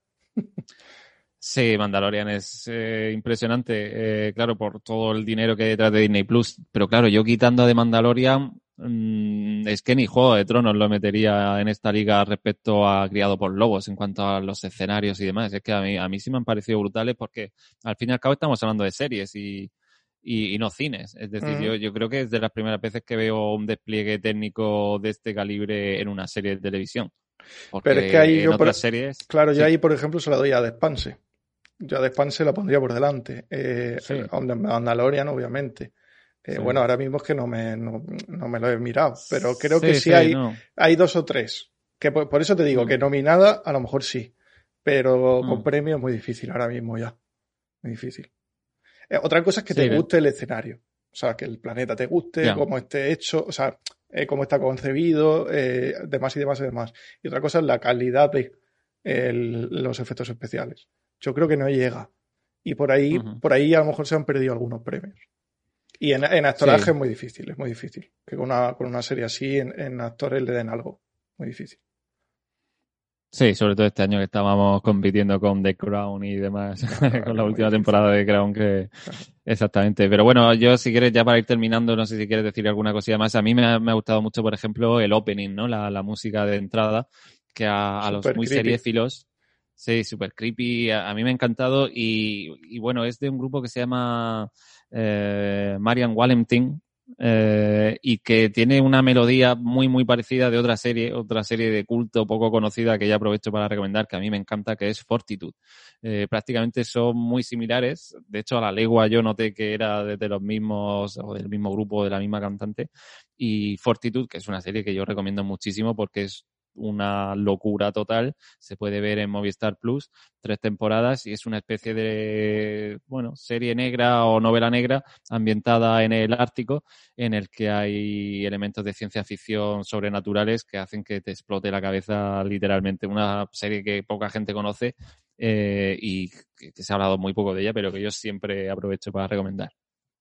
Sí, Mandalorian es eh, impresionante, eh, claro, por todo el dinero que hay detrás de Disney Plus. Pero claro, yo quitando de Mandalorian, mmm, es que ni Juego de Tronos lo metería en esta liga respecto a Criado por Lobos en cuanto a los escenarios y demás. Es que a mí, a mí sí me han parecido brutales porque al fin y al cabo estamos hablando de series y, y, y no cines. Es decir, uh-huh. yo, yo creo que es de las primeras veces que veo un despliegue técnico de este calibre en una serie de televisión. Porque pero es que ahí en yo otras por, series... Claro, sí. yo ahí, por ejemplo, se la doy a The Expanse. Yo a The Expanse la pondría por delante. Eh, sí. A Mandalorian, obviamente. Eh, sí. Bueno, ahora mismo es que no me, no, no me lo he mirado, pero creo sí, que sí, sí hay, no. hay dos o tres. Que por, por eso te digo mm. que nominada a lo mejor sí, pero mm. con premio es muy difícil ahora mismo ya. Muy difícil. Eh, otra cosa es que sí, te guste el escenario. O sea, que el planeta te guste, yeah. cómo esté hecho, o sea, eh, cómo está concebido, eh, demás y demás y demás. Y otra cosa es la calidad de el, los efectos especiales. Yo creo que no llega. Y por ahí, uh-huh. por ahí a lo mejor se han perdido algunos premios. Y en, en actoraje sí. es muy difícil, es muy difícil. Que con una, con una serie así en, en actores le den algo. Muy difícil. Sí, sobre todo este año que estábamos compitiendo con The Crown y demás, claro, con la última difícil. temporada de Crown que... Claro. Exactamente. Pero bueno, yo si quieres, ya para ir terminando, no sé si quieres decir alguna cosilla más. A mí me ha, me ha gustado mucho, por ejemplo, el opening, ¿no? La, la música de entrada, que a, a los muy creepy. seriéfilos... Sí, súper creepy. A, a mí me ha encantado y, y bueno, es de un grupo que se llama eh, Marian Wallentin eh, y que tiene una melodía muy, muy parecida de otra serie, otra serie de culto poco conocida que ya aprovecho para recomendar, que a mí me encanta, que es Fortitude. Eh, prácticamente son muy similares. De hecho, a la legua yo noté que era de, de los mismos o del mismo grupo, de la misma cantante. Y Fortitude, que es una serie que yo recomiendo muchísimo porque es una locura total, se puede ver en Movistar Plus, tres temporadas y es una especie de, bueno, serie negra o novela negra ambientada en el Ártico, en el que hay elementos de ciencia ficción sobrenaturales que hacen que te explote la cabeza literalmente. Una serie que poca gente conoce eh, y que, que se ha hablado muy poco de ella, pero que yo siempre aprovecho para recomendar.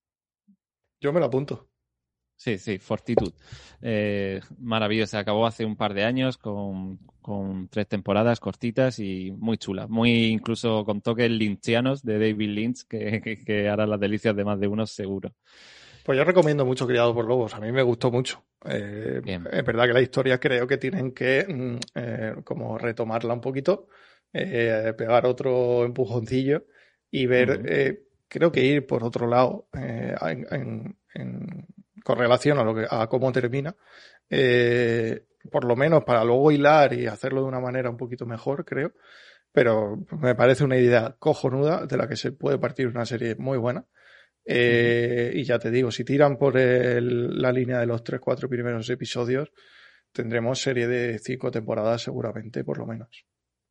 Yo me lo apunto. Sí, sí, Fortitude. Eh, maravillosa. Acabó hace un par de años con, con tres temporadas cortitas y muy chula. Muy incluso con toques lynchianos de David Lynch que, que, que harán las delicias de más de uno seguro. Pues yo recomiendo mucho Criado por Lobos. A mí me gustó mucho. Eh, es verdad que la historia creo que tienen que eh, como retomarla un poquito, eh, pegar otro empujoncillo y ver, uh-huh. eh, creo que ir por otro lado eh, en, en, en con relación a lo que a cómo termina, eh, por lo menos para luego hilar y hacerlo de una manera un poquito mejor, creo, pero me parece una idea cojonuda de la que se puede partir una serie muy buena. Eh, uh-huh. Y ya te digo, si tiran por el, la línea de los tres, cuatro primeros episodios, tendremos serie de cinco temporadas seguramente, por lo menos.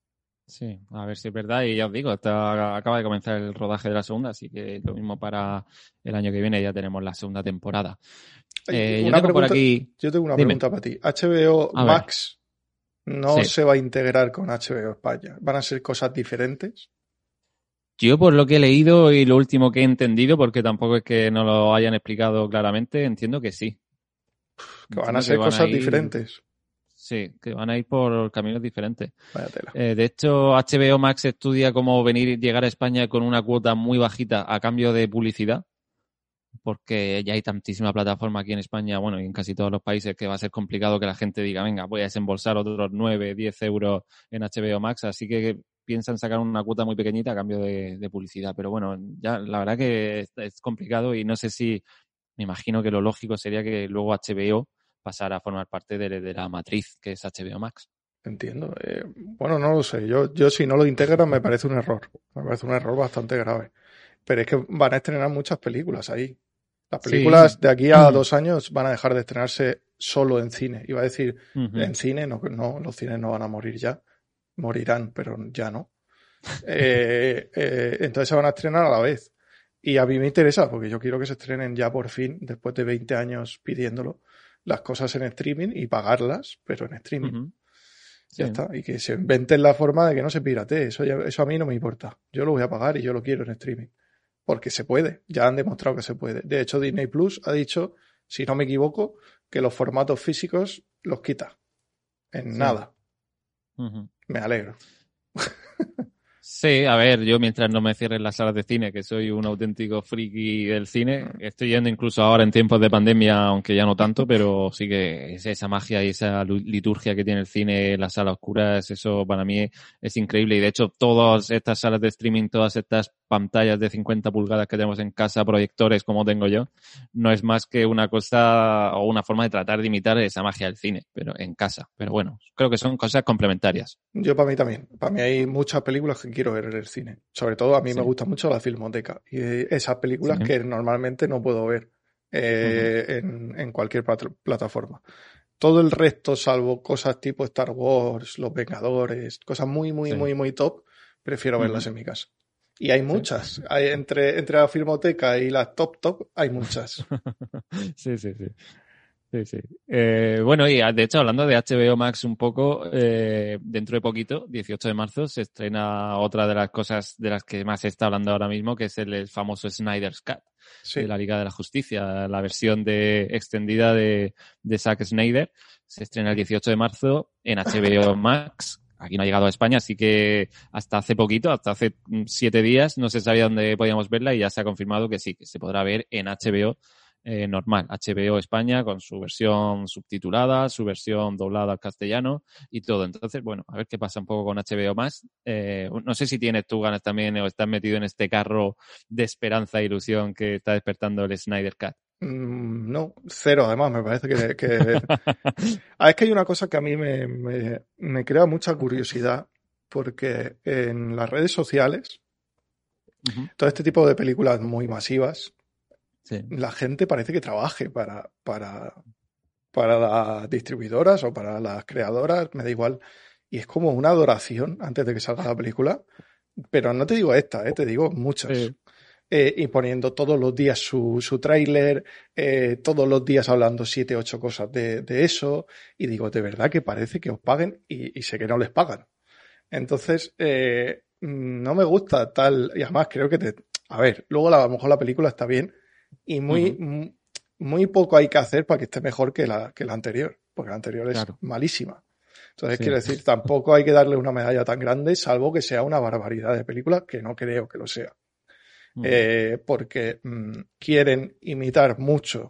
Sí, a ver si es verdad. Y ya os digo, está, acaba de comenzar el rodaje de la segunda, así que lo mismo para el año que viene ya tenemos la segunda temporada. Eh, una yo tengo pregunta, por aquí... yo tengo una Dime. pregunta para ti. H B O A ver. Max no Sí. se va a integrar con H B O España. ¿Van a ser cosas diferentes? Yo, por lo que he leído y lo último que he entendido, porque tampoco es que no lo hayan explicado claramente, entiendo que sí. Que van Entiendo a ser que van cosas a ir... diferentes. Sí, que van a ir por caminos diferentes. Vaya tela. Eh, de hecho, H B O Max estudia cómo venir y llegar a España con una cuota muy bajita a cambio de publicidad, porque ya hay tantísima plataforma aquí en España, bueno, y en casi todos los países, que va a ser complicado que la gente diga, venga, voy a desembolsar otros nueve, diez euros en H B O Max, así que piensan sacar una cuota muy pequeñita a cambio de, de publicidad. Pero bueno, ya la verdad que es, es complicado y no sé si, me imagino que lo lógico sería que luego H B O pasara a formar parte de, de la matriz que es H B O Max. Entiendo. Eh, bueno, no lo sé. Yo, yo si no lo integran me parece un error. Me parece un error bastante grave. Pero es que van a estrenar muchas películas ahí. Las películas Sí. de aquí a dos años van a dejar de estrenarse solo en cine. Iba a decir, Uh-huh. en cine, no, no, los cines no van a morir ya. Morirán, pero ya no. eh, eh, entonces se van a estrenar a la vez. Y a mí me interesa, porque yo quiero que se estrenen ya por fin, después de veinte años pidiéndolo, las cosas en streaming y pagarlas, pero en streaming. Uh-huh. Ya Sí. está. Y que se inventen la forma de que no se piratee. Eso, ya, eso a mí no me importa. Yo lo voy a pagar y yo lo quiero en streaming. Porque se puede. Ya han demostrado que se puede. De hecho, Disney Plus ha dicho, si no me equivoco, que los formatos físicos los quita. En Sí. nada. Uh-huh. Me alegro. Sí, a ver, yo mientras no me cierren las salas de cine, que soy un auténtico friki del cine, estoy yendo incluso ahora en tiempos de pandemia, aunque ya no tanto, pero sí que es esa magia y esa liturgia que tiene el cine, las salas oscuras, eso para mí es increíble. Y de hecho, todas estas salas de streaming, todas estas pantallas de cincuenta pulgadas que tenemos en casa, proyectores como tengo yo, no es más que una cosa o una forma de tratar de imitar esa magia del cine, pero en casa. Pero bueno, creo que son cosas complementarias. Yo para mí también. Para mí hay muchas películas que quiero ver en el cine. Sobre todo a mí Sí. me gusta mucho la Filmoteca. Y esas películas Sí. que normalmente no puedo ver eh, uh-huh. en, en cualquier plat- plataforma. Todo el resto, salvo cosas tipo Star Wars, Los Vengadores, cosas muy, muy, sí. muy, muy top, prefiero uh-huh. verlas en mi casa. Y hay muchas. Sí. Hay entre, entre la Filmoteca y las top top hay muchas. Sí, sí, sí. Sí, sí. Eh, bueno, y de hecho, hablando de H B O Max un poco, eh, dentro de poquito, dieciocho de marzo, se estrena otra de las cosas de las que más se está hablando ahora mismo, que es el, el famoso Snyder's Cut, sí. de la Liga de la Justicia, la versión de extendida de, de Zack Snyder. Se estrena el dieciocho de marzo en H B O Max. Aquí no ha llegado a España, así que hasta hace poquito, hasta hace siete días, no se sabía dónde podíamos verla y ya se ha confirmado que sí, que se podrá ver en H B O Eh, normal, H B O España, con su versión subtitulada, su versión doblada al castellano y todo. Entonces, bueno, a ver qué pasa un poco con H B O más. Eh, no sé si tienes tú ganas también o estás metido en este carro de esperanza e ilusión que está despertando el Snyder Cut. Mm, no, cero, además, me parece que... que... ah, es que hay una cosa que a mí me, me, me crea mucha curiosidad, porque en las redes sociales, uh-huh. todo este tipo de películas muy masivas, sí. la gente parece que trabaje para, para, para las distribuidoras o para las creadoras, me da igual. Y es como una adoración antes de que salga la película. Pero no te digo esta, ¿eh? Te digo muchas. Sí. Eh, y poniendo todos los días su, su tráiler, eh, todos los días hablando siete, ocho cosas de, de eso. Y digo, de verdad que parece que os paguen y, y sé que no les pagan. Entonces, eh, no me gusta tal. Y además creo que te... A ver, luego la, a lo mejor la película está bien. Y muy, uh-huh. muy poco hay que hacer para que esté mejor que la, que la anterior, porque la anterior es claro. malísima. Entonces, sí. quiero decir, tampoco hay que darle una medalla tan grande, salvo que sea una barbaridad de película, que no creo que lo sea. Uh-huh. Eh, porque mmm, quieren imitar mucho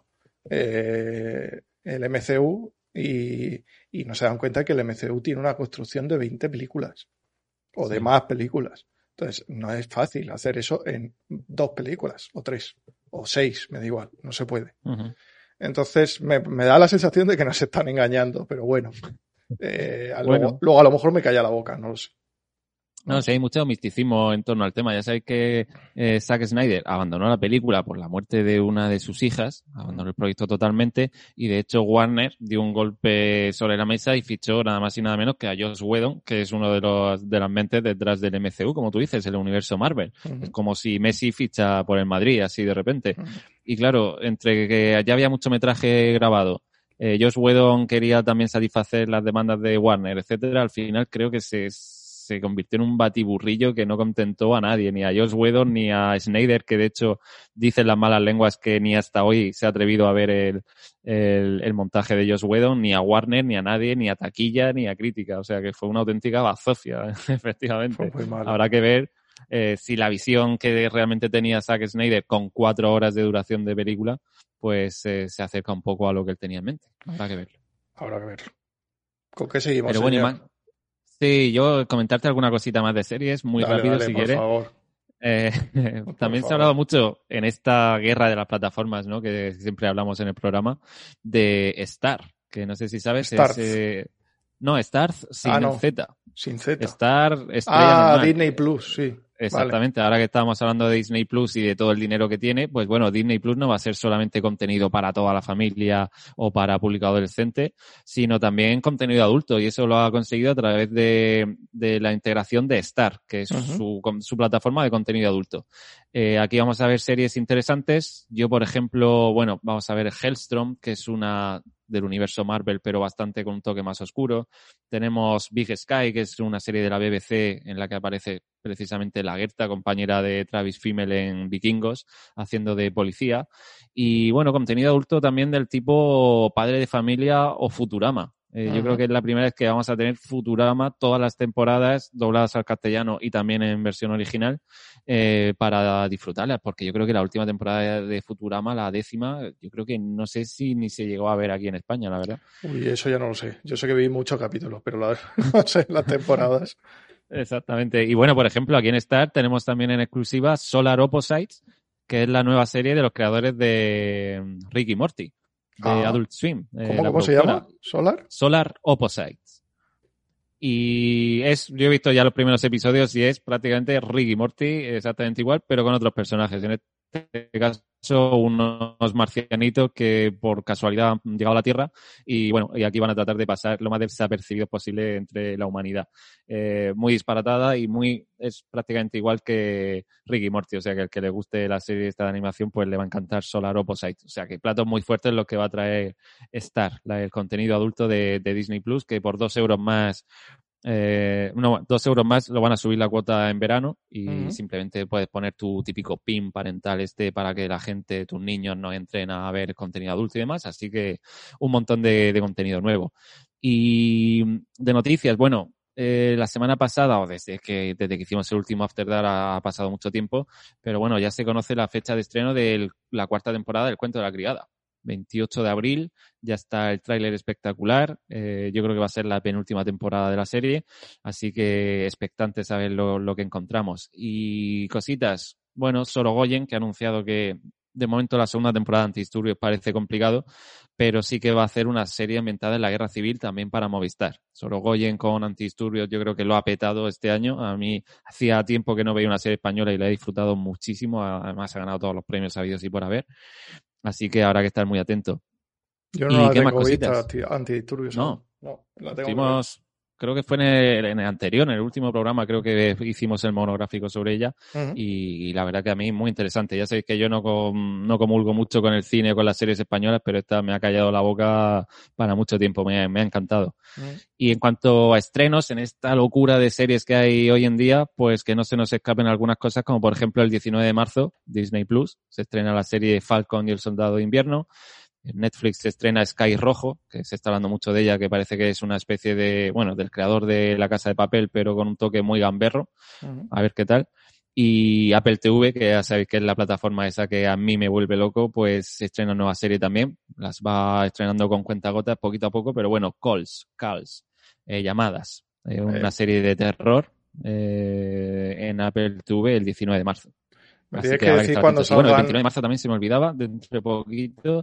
eh, el M C U y, y no se dan cuenta que el M C U tiene una construcción de veinte películas o sí. de más películas. Entonces, no es fácil hacer eso en dos películas o tres. O seis, me da igual, no se puede. Uh-huh. Entonces, me, me da la sensación de que nos están engañando, pero bueno. Eh, bueno. Luego, luego a lo mejor me calla la boca, no lo sé. No sé, hay mucho misticismo en torno al tema. Ya sabéis que eh, Zack Snyder abandonó la película por la muerte de una de sus hijas, abandonó el proyecto totalmente, y de hecho Warner dio un golpe sobre la mesa y fichó nada más y nada menos que a Joss Whedon, que es uno de los de las mentes detrás del M C U, como tú dices, el universo Marvel. Uh-huh. Es como si Messi ficha por el Madrid, así de repente. Uh-huh. Y claro, entre que ya había mucho metraje grabado, eh, Joss Whedon quería también satisfacer las demandas de Warner, etcétera, al final creo que se... se convirtió en un batiburrillo que no contentó a nadie, ni a Joss Whedon ni a Snyder, que de hecho dicen las malas lenguas que ni hasta hoy se ha atrevido a ver el, el, el montaje de Joss Whedon, ni a Warner, ni a nadie, ni a taquilla, ni a crítica. O sea que fue una auténtica bazofia, efectivamente. Habrá que ver eh, si la visión que realmente tenía Zack Snyder con cuatro horas de duración de película, pues eh, se acerca un poco a lo que él tenía en mente. Habrá que verlo. Habrá que verlo. ¿Con qué seguimos, Pero bueno, señor? Iván, sí, yo comentarte alguna cosita más de series, muy dale, rápido dale, si por quieres. Favor. Eh, por también favor. se ha hablado mucho en esta guerra de las plataformas, ¿no? Que siempre hablamos en el programa, de Star, que no sé si sabes. Starz. Es, eh... No, Star sin ah, no. Z. Sin Z. Star, estrella Ah, normal. Disney Plus, sí. Exactamente, vale. Ahora que estábamos hablando de Disney Plus y de todo el dinero que tiene, pues bueno, Disney Plus no va a ser solamente contenido para toda la familia o para público adolescente, sino también contenido adulto, y eso lo ha conseguido a través de, de la integración de Star, que es uh-huh. su, su plataforma de contenido adulto. Eh, aquí vamos a ver series interesantes. Yo, por ejemplo, bueno, vamos a ver Hellstrom, que es una del universo Marvel, pero bastante con un toque más oscuro. Tenemos Big Sky, que es una serie de la B B C en la que aparece precisamente la Gerta, compañera de Travis Fimmel en Vikingos, haciendo de policía. Y bueno, contenido adulto también del tipo Padre de Familia o Futurama. Eh, uh-huh. Yo creo que es la primera vez que vamos a tener Futurama todas las temporadas dobladas al castellano y también en versión original eh, para disfrutarlas, porque yo creo que la última temporada de Futurama, la décima, yo creo que no sé si ni se llegó a ver aquí en España, la verdad. Uy, eso ya no lo sé. Yo sé que vi muchos capítulos, pero la, no sé las temporadas. Exactamente. Y bueno, por ejemplo, aquí en Star tenemos también en exclusiva Solar Opposites, que es la nueva serie de los creadores de Rick y Morty, de ah, Adult Swim. Eh, ¿Cómo, ¿cómo se llama? ¿Solar? Solar Opposites. Y es, yo he visto ya los primeros episodios y es prácticamente Rick y Morty exactamente igual, pero con otros personajes. En este caso, unos marcianitos que por casualidad han llegado a la Tierra y bueno, y aquí van a tratar de pasar lo más desapercibidos posible entre la humanidad. Eh, muy disparatada y muy, es prácticamente igual que Rick y Morty, o sea que el que le guste la serie esta de animación pues le va a encantar Solar Opposites. O sea que platos muy fuertes los que va a traer Star, la, el contenido adulto de, de Disney Plus, que por dos euros más Eh, no, dos euros más lo van a subir la cuota en verano y uh-huh. simplemente puedes poner tu típico pin parental este para que la gente, tus niños no entren a ver contenido adulto y demás, así que un montón de, de contenido nuevo. Y de noticias, bueno, eh, la semana pasada o desde que desde que hicimos el último After Dark ha pasado mucho tiempo, pero bueno, ya se conoce la fecha de estreno de la cuarta temporada del Cuento de la Criada. veintiocho de abril, ya está el tráiler espectacular, eh, yo creo que va a ser la penúltima temporada de la serie, así que expectantes a ver lo, lo que encontramos. Y cositas, bueno, Sorogoyen, que ha anunciado que de momento la segunda temporada de Antidisturbios parece complicado, pero sí que va a hacer una serie ambientada en la Guerra Civil también para Movistar. Sorogoyen con Antidisturbios yo creo que lo ha petado este año, a mí hacía tiempo que no veía una serie española y la he disfrutado muchísimo, además ha ganado todos los premios habidos y por haber. Así que habrá que estar muy atento. Yo no ¿Y la qué tengo más cositas? vista, antidisturbios. No, no la tengo Estuvimos, creo que fue en el, en el anterior, en el último programa, creo que hicimos el monográfico sobre ella uh-huh. y, y la verdad que a mí muy interesante. Ya sabéis que yo no, com, no comulgo mucho con el cine, con las series españolas, pero esta me ha callado la boca para mucho tiempo, me, me ha encantado. Uh-huh. Y en cuanto a estrenos, en esta locura de series que hay hoy en día, pues que no se nos escapen algunas cosas, como por ejemplo el diecinueve de marzo, Disney Plus, se estrena la serie Falcon y el Soldado de Invierno. En Netflix se estrena Sky Rojo, que se está hablando mucho de ella, que parece que es una especie de, bueno, del creador de La Casa de Papel, pero con un toque muy gamberro. Uh-huh. A ver qué tal. Y Apple T V, que ya sabéis que es la plataforma esa que a mí me vuelve loco, pues se estrena nueva serie también. Las va estrenando con cuentagotas poquito a poco, pero bueno, Calls, Calls, eh, llamadas. Eh, una eh. serie de terror eh, en Apple T V el diecinueve de marzo. Me tienes que, que decir cuando salgan... Bueno, el veintinueve de marzo también se me olvidaba, dentro de poquito...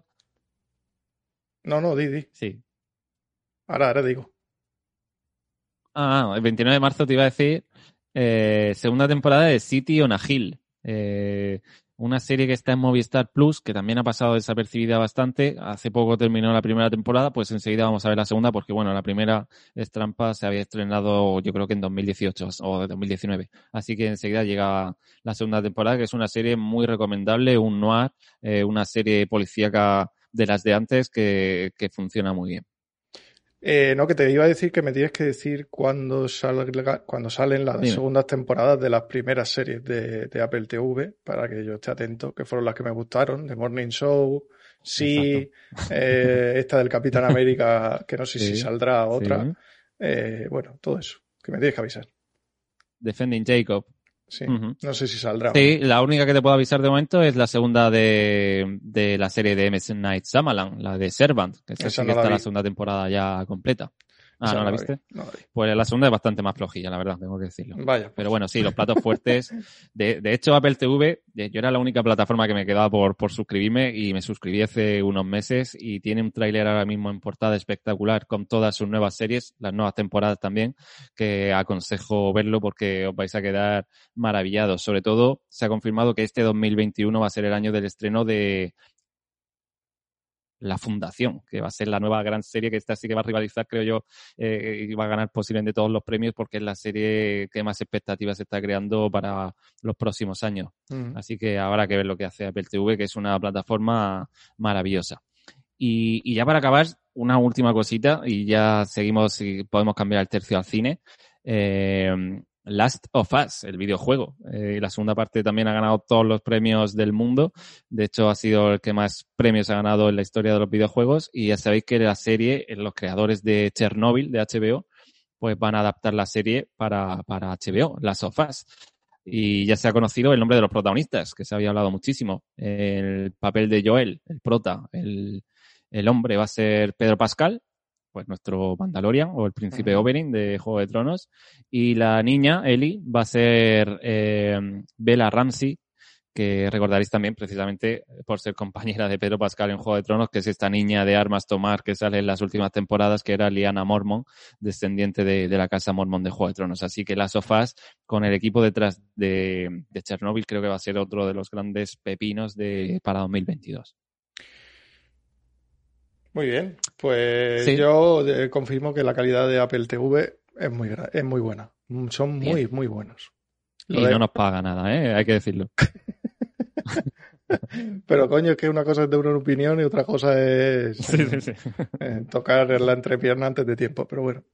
No, no, di, di. Sí. Ahora, ahora digo. Ah, el veintinueve de marzo te iba a decir Eh, segunda temporada de City on a Hill. Eh, una serie que está en Movistar Plus, que también ha pasado desapercibida bastante. Hace poco terminó la primera temporada, pues enseguida vamos a ver la segunda, porque bueno, la primera es trampa, se había estrenado yo creo que en dos mil dieciocho o dos mil diecinueve. Así que enseguida llega la segunda temporada, que es una serie muy recomendable, un noir, eh, una serie policíaca de las de antes que, que funciona muy bien. Eh, no, que te iba a decir que me tienes que decir cuándo, salga, cuando salen las Dime. segundas temporadas de las primeras series de, de Apple T V, para que yo esté atento, que fueron las que me gustaron, The Morning Show, sí, eh, esta del Capitán América, que no sé Sí, si saldrá otra, sí. eh, bueno, todo eso, que me tienes que avisar. Defending Jacob. Sí, Uh-huh. no sé si saldrá. Sí, la única que te puedo avisar de momento es la segunda de, de la serie de M. Night Shyamalan, la de Servant, que esa Esa sí no que la está vi. la segunda temporada ya completa. Ah, Esa ¿no no la la viste? vi, no la vi. Pues la segunda es bastante más flojilla, la verdad, tengo que decirlo. Vaya. Pero bueno, sí, los platos fuertes. De, de hecho, Apple T V, yo era la única plataforma que me quedaba por, por suscribirme y me suscribí hace unos meses y tiene un tráiler ahora mismo en portada espectacular con todas sus nuevas series, las nuevas temporadas también, que aconsejo verlo porque os vais a quedar maravillados. Sobre todo, se ha confirmado que este dos mil veintiuno va a ser el año del estreno de La Fundación, que va a ser la nueva gran serie, que esta sí que va a rivalizar, creo yo, eh, y va a ganar posiblemente todos los premios porque es la serie que más expectativas se está creando para los próximos años. Mm. Así que habrá que ver lo que hace Apple T V, que es una plataforma maravillosa. Y, y ya para acabar, una última cosita, y ya seguimos y podemos cambiar el tercio al cine. Eh, Last of Us, el videojuego. Eh, la segunda parte también ha ganado todos los premios del mundo. De hecho, ha sido el que más premios ha ganado en la historia de los videojuegos. Y ya sabéis que la serie, los creadores de Chernobyl, de H B O, pues van a adaptar la serie para, para H B O, Last of Us. Y ya se ha conocido el nombre de los protagonistas, que se había hablado muchísimo. El papel de Joel, el prota, el, el hombre va a ser Pedro Pascal, pues nuestro Mandalorian o el príncipe Uh-huh. Oberyn de Juego de Tronos. Y la niña, Ellie, va a ser eh, Bella Ramsey, que recordaréis también precisamente por ser compañera de Pedro Pascal en Juego de Tronos, que es esta niña de armas tomar que sale en las últimas temporadas, que era Lyanna Mormont, descendiente de, de la casa Mormont de Juego de Tronos. Así que Last of Us, con el equipo detrás de, de Chernobyl, creo que va a ser otro de los grandes pepinos de para dos mil veintidós. Muy bien, pues Sí. yo eh, confirmo que la calidad de Apple T V es muy, gra- es muy buena. Mm, Son muy, Bien. muy buenos. Lo Y de- no nos paga nada, ¿eh? Hay que decirlo. Pero coño, es que una cosa es de una opinión y otra cosa es Sí, sí, sí. eh, tocar la entrepierna antes de tiempo, pero bueno.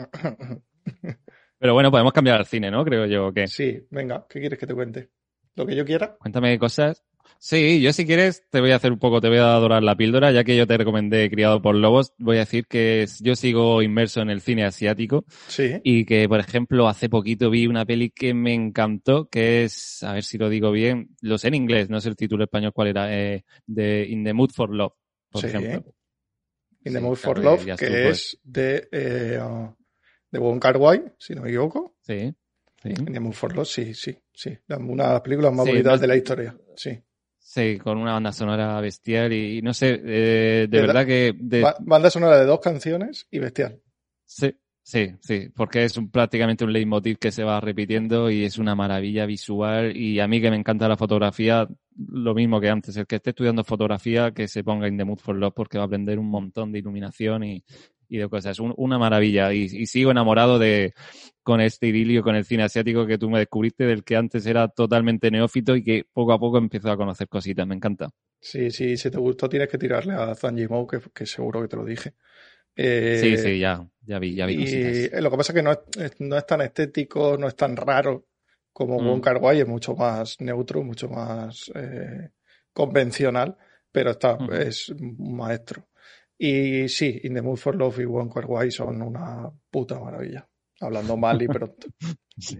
Pero bueno, podemos cambiar al cine, ¿no? Creo yo que. Sí, venga, ¿qué quieres que te cuente? ¿Lo que yo quiera? Cuéntame cosas. Sí, yo si quieres te voy a hacer un poco, te voy a dorar la píldora, ya que yo te recomendé Criado por Lobos, voy a decir que yo sigo inmerso en el cine asiático Sí. y que, por ejemplo, hace poquito vi una peli que me encantó, que es, a ver si lo digo bien, lo sé en inglés, no sé el título español cuál era, eh, de In the Mood for Love, por Sí. ejemplo. In the Sí, Mood for claro, Love, ya que estuvo, es de, eh, uh, de Wong Kar-wai, si no me equivoco. Sí, sí. In the Mood for Love, sí, sí, sí. Una de las películas más Sí, bonitas no es- de la historia. Sí. Sí, con una banda sonora bestial y, y no sé, eh, de ¿Verdad? verdad que... De, Ba- banda sonora de dos canciones y bestial. Sí, sí, sí, porque es un, prácticamente un leitmotiv que se va repitiendo y es una maravilla visual y a mí que me encanta la fotografía, lo mismo que antes, el que esté estudiando fotografía que se ponga In the Mood for Love porque va a aprender un montón de iluminación y, y de cosas, un, una maravilla y, y sigo enamorado de con este idilio, con el cine asiático que tú me descubriste, del que antes era totalmente neófito y que poco a poco empezó a conocer cositas, me encanta. Sí, sí, si te gustó tienes que tirarle a Zhang Yimou, que, que seguro que te lo dije. Eh, Sí, sí, ya, ya vi, ya vi y cositas. eh, lo que pasa es que no es, no es tan estético, no es tan raro como Mm. Wong Kar-wai, es mucho más neutro, mucho más eh, convencional, pero está, Ujú. es un maestro. Y sí, In the Mood for Love y Wong Kar-wai son una puta maravilla. Hablando mal y pronto. Sí,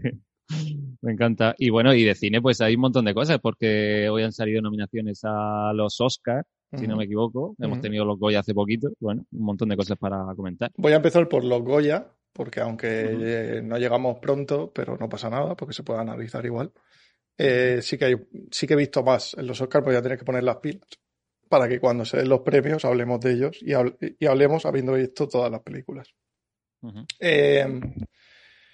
me encanta. Y bueno, y de cine pues hay un montón de cosas porque hoy han salido nominaciones a los Oscars, si no Ujú. me equivoco. Hemos Ujú. tenido los Goya hace poquito. Bueno, un montón de cosas para comentar. Voy a empezar por los Goya, porque aunque Ujú. eh, no llegamos pronto, pero no pasa nada, porque se puede analizar igual. Eh, sí que hay, sí que he visto más en los Oscars, pues ya tienes que poner las pilas para que cuando se den los premios hablemos de ellos y, hable- y hablemos habiendo visto todas las películas. Ujú. Eh,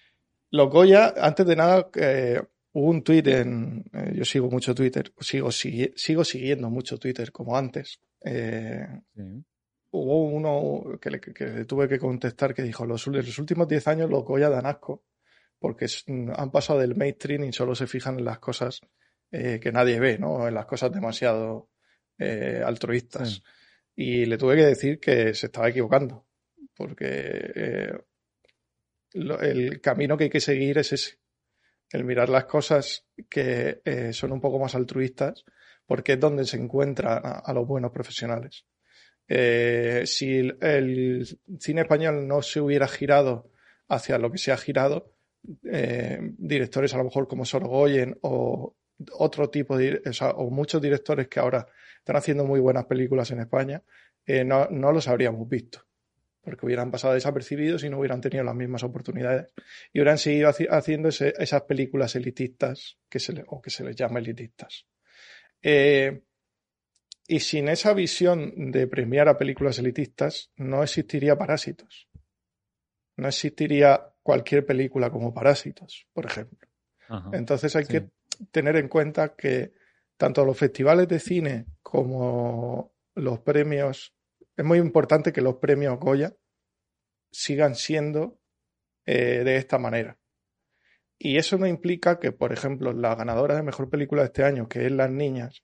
Los Goya, antes de nada, eh, hubo un tuit en... Eh, yo sigo mucho Twitter, sigo, sigo, sigo siguiendo mucho Twitter como antes. Eh, sí. Hubo uno que le, que le tuve que contestar que dijo, los, en los últimos diez años los Goya dan asco porque es, han pasado del mainstream y solo se fijan en las cosas eh, que nadie ve, ¿no? En las cosas demasiado eh, altruistas. Sí. Y le tuve que decir que se estaba equivocando porque eh, lo, el camino que hay que seguir es ese. El mirar las cosas que eh, son un poco más altruistas porque es donde se encuentran a, a los buenos profesionales. Eh, si el, el cine español no se hubiera girado hacia lo que se ha girado, eh, directores a lo mejor como Sorogoyen o otro tipo de, o, sea, o muchos directores que ahora están haciendo muy buenas películas en España, eh, no, no los habríamos visto, porque hubieran pasado desapercibidos y no hubieran tenido las mismas oportunidades y hubieran seguido haci- haciendo ese, esas películas elitistas que se le, o que se les llama elitistas. Eh, Y sin esa visión de premiar a películas elitistas, no existiría Parásitos. No existiría cualquier película como Parásitos, por ejemplo. Ajá, Entonces hay sí. que tener en cuenta que tanto los festivales de cine como los premios, es muy importante que los premios Goya sigan siendo eh, de esta manera. Y eso no implica que, por ejemplo, la ganadora de mejor película de este año, que es Las Niñas,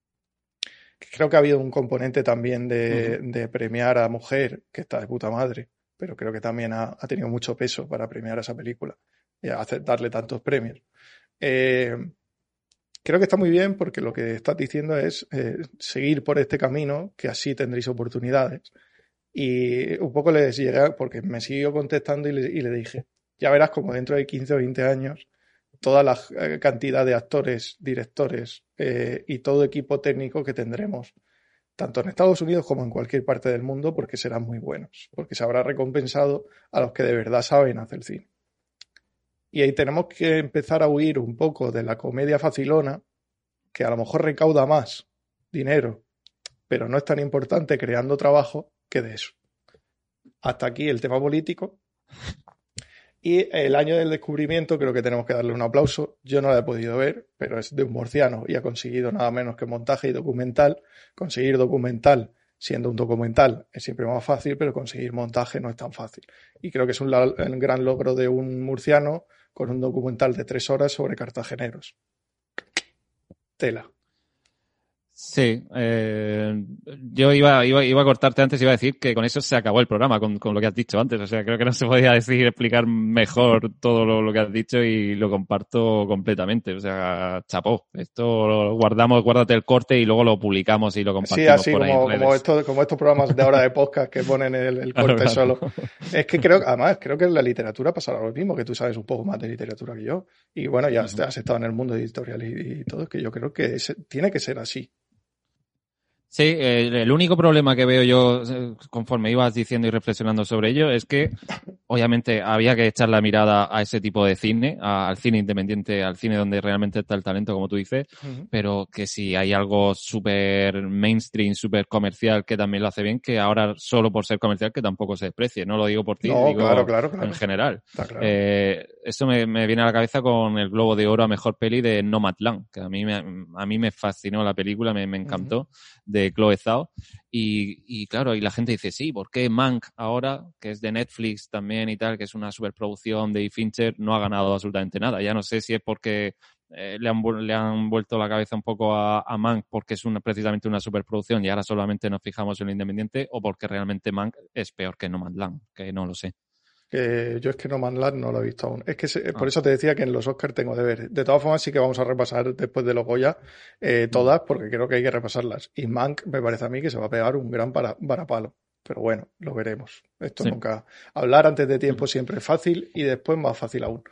creo que ha habido un componente también de, uh-huh. de premiar a mujer, que está de puta madre, pero creo que también ha, ha tenido mucho peso para premiar a esa película y hacer, darle tantos premios. Eh, creo que está muy bien porque lo que estás diciendo es eh, seguir por este camino, que así tendréis oportunidades. Y un poco les llegué, porque me siguió contestando y le, y le dije, ya verás como dentro de quince o veinte años toda la cantidad de actores, directores eh, y todo equipo técnico que tendremos, tanto en Estados Unidos como en cualquier parte del mundo, porque serán muy buenos, porque se habrá recompensado a los que de verdad saben hacer cine. Y ahí tenemos que empezar a huir un poco de la comedia facilona, que a lo mejor recauda más dinero, pero no es tan importante creando trabajo que de eso. Hasta aquí el tema político. Y el año del descubrimiento creo que tenemos que darle un aplauso. Yo no la he podido ver, pero es de un murciano y ha conseguido nada menos que montaje y documental. Conseguir documental, siendo un documental, es siempre más fácil, pero conseguir montaje no es tan fácil. Y creo que es un, un gran logro de un murciano con un documental de tres horas sobre cartageneros. Tela. Sí, eh, yo iba, iba, iba a cortarte antes y iba a decir que con eso se acabó el programa, con, con lo que has dicho antes. O sea, creo que no se podía decir, explicar mejor todo lo, lo que has dicho y lo comparto completamente. O sea, chapó. Esto lo guardamos, guárdate el corte y luego lo publicamos y lo compartimos. Sí, así por como, ahí como, esto, como estos programas de ahora de podcast que ponen el, el corte claro, solo. Claro. Es que creo, además, creo que en la literatura pasará lo mismo, que tú sabes un poco más de literatura que yo. Y bueno, ya uh-huh. has estado en el mundo editorial y, y todo, que yo creo que es, tiene que ser así. Sí, eh, el único problema que veo yo conforme ibas diciendo y reflexionando sobre ello es que obviamente había que echar la mirada a ese tipo de cine, a, al cine independiente, al cine donde realmente está el talento, como tú dices, uh-huh. pero que si hay algo súper mainstream, súper comercial que también lo hace bien, que ahora solo por ser comercial que tampoco se desprecie. No lo digo por ti, no, digo claro, claro, claro. en general. Claro. Eh, eso me, me viene a la cabeza con el Globo de Oro a Mejor Peli de Nomadland, que a mí me, a mí me fascinó la película, me, me encantó. Uh-huh. De Chloe Zhao y, y claro, y la gente dice, sí, ¿por qué Mank ahora, que es de Netflix también y tal, que es una superproducción de David Fincher, no ha ganado absolutamente nada? Ya no sé si es porque eh, le, han, le han vuelto la cabeza un poco a, a Mank porque es una, precisamente una superproducción y ahora solamente nos fijamos en lo independiente, o porque realmente Mank es peor que Nomadland, que no lo sé. Eh, yo es que No Man's Land no lo he visto aún. Es que se, ah. por eso te decía que en los Oscars tengo deberes. De todas formas, sí que vamos a repasar después de los Goya eh, todas, porque creo que hay que repasarlas. Y Mank me parece a mí que se va a pegar un gran para, varapalo. Pero bueno, lo veremos. Esto sí. Nunca... Hablar antes de tiempo siempre es fácil y después más fácil aún.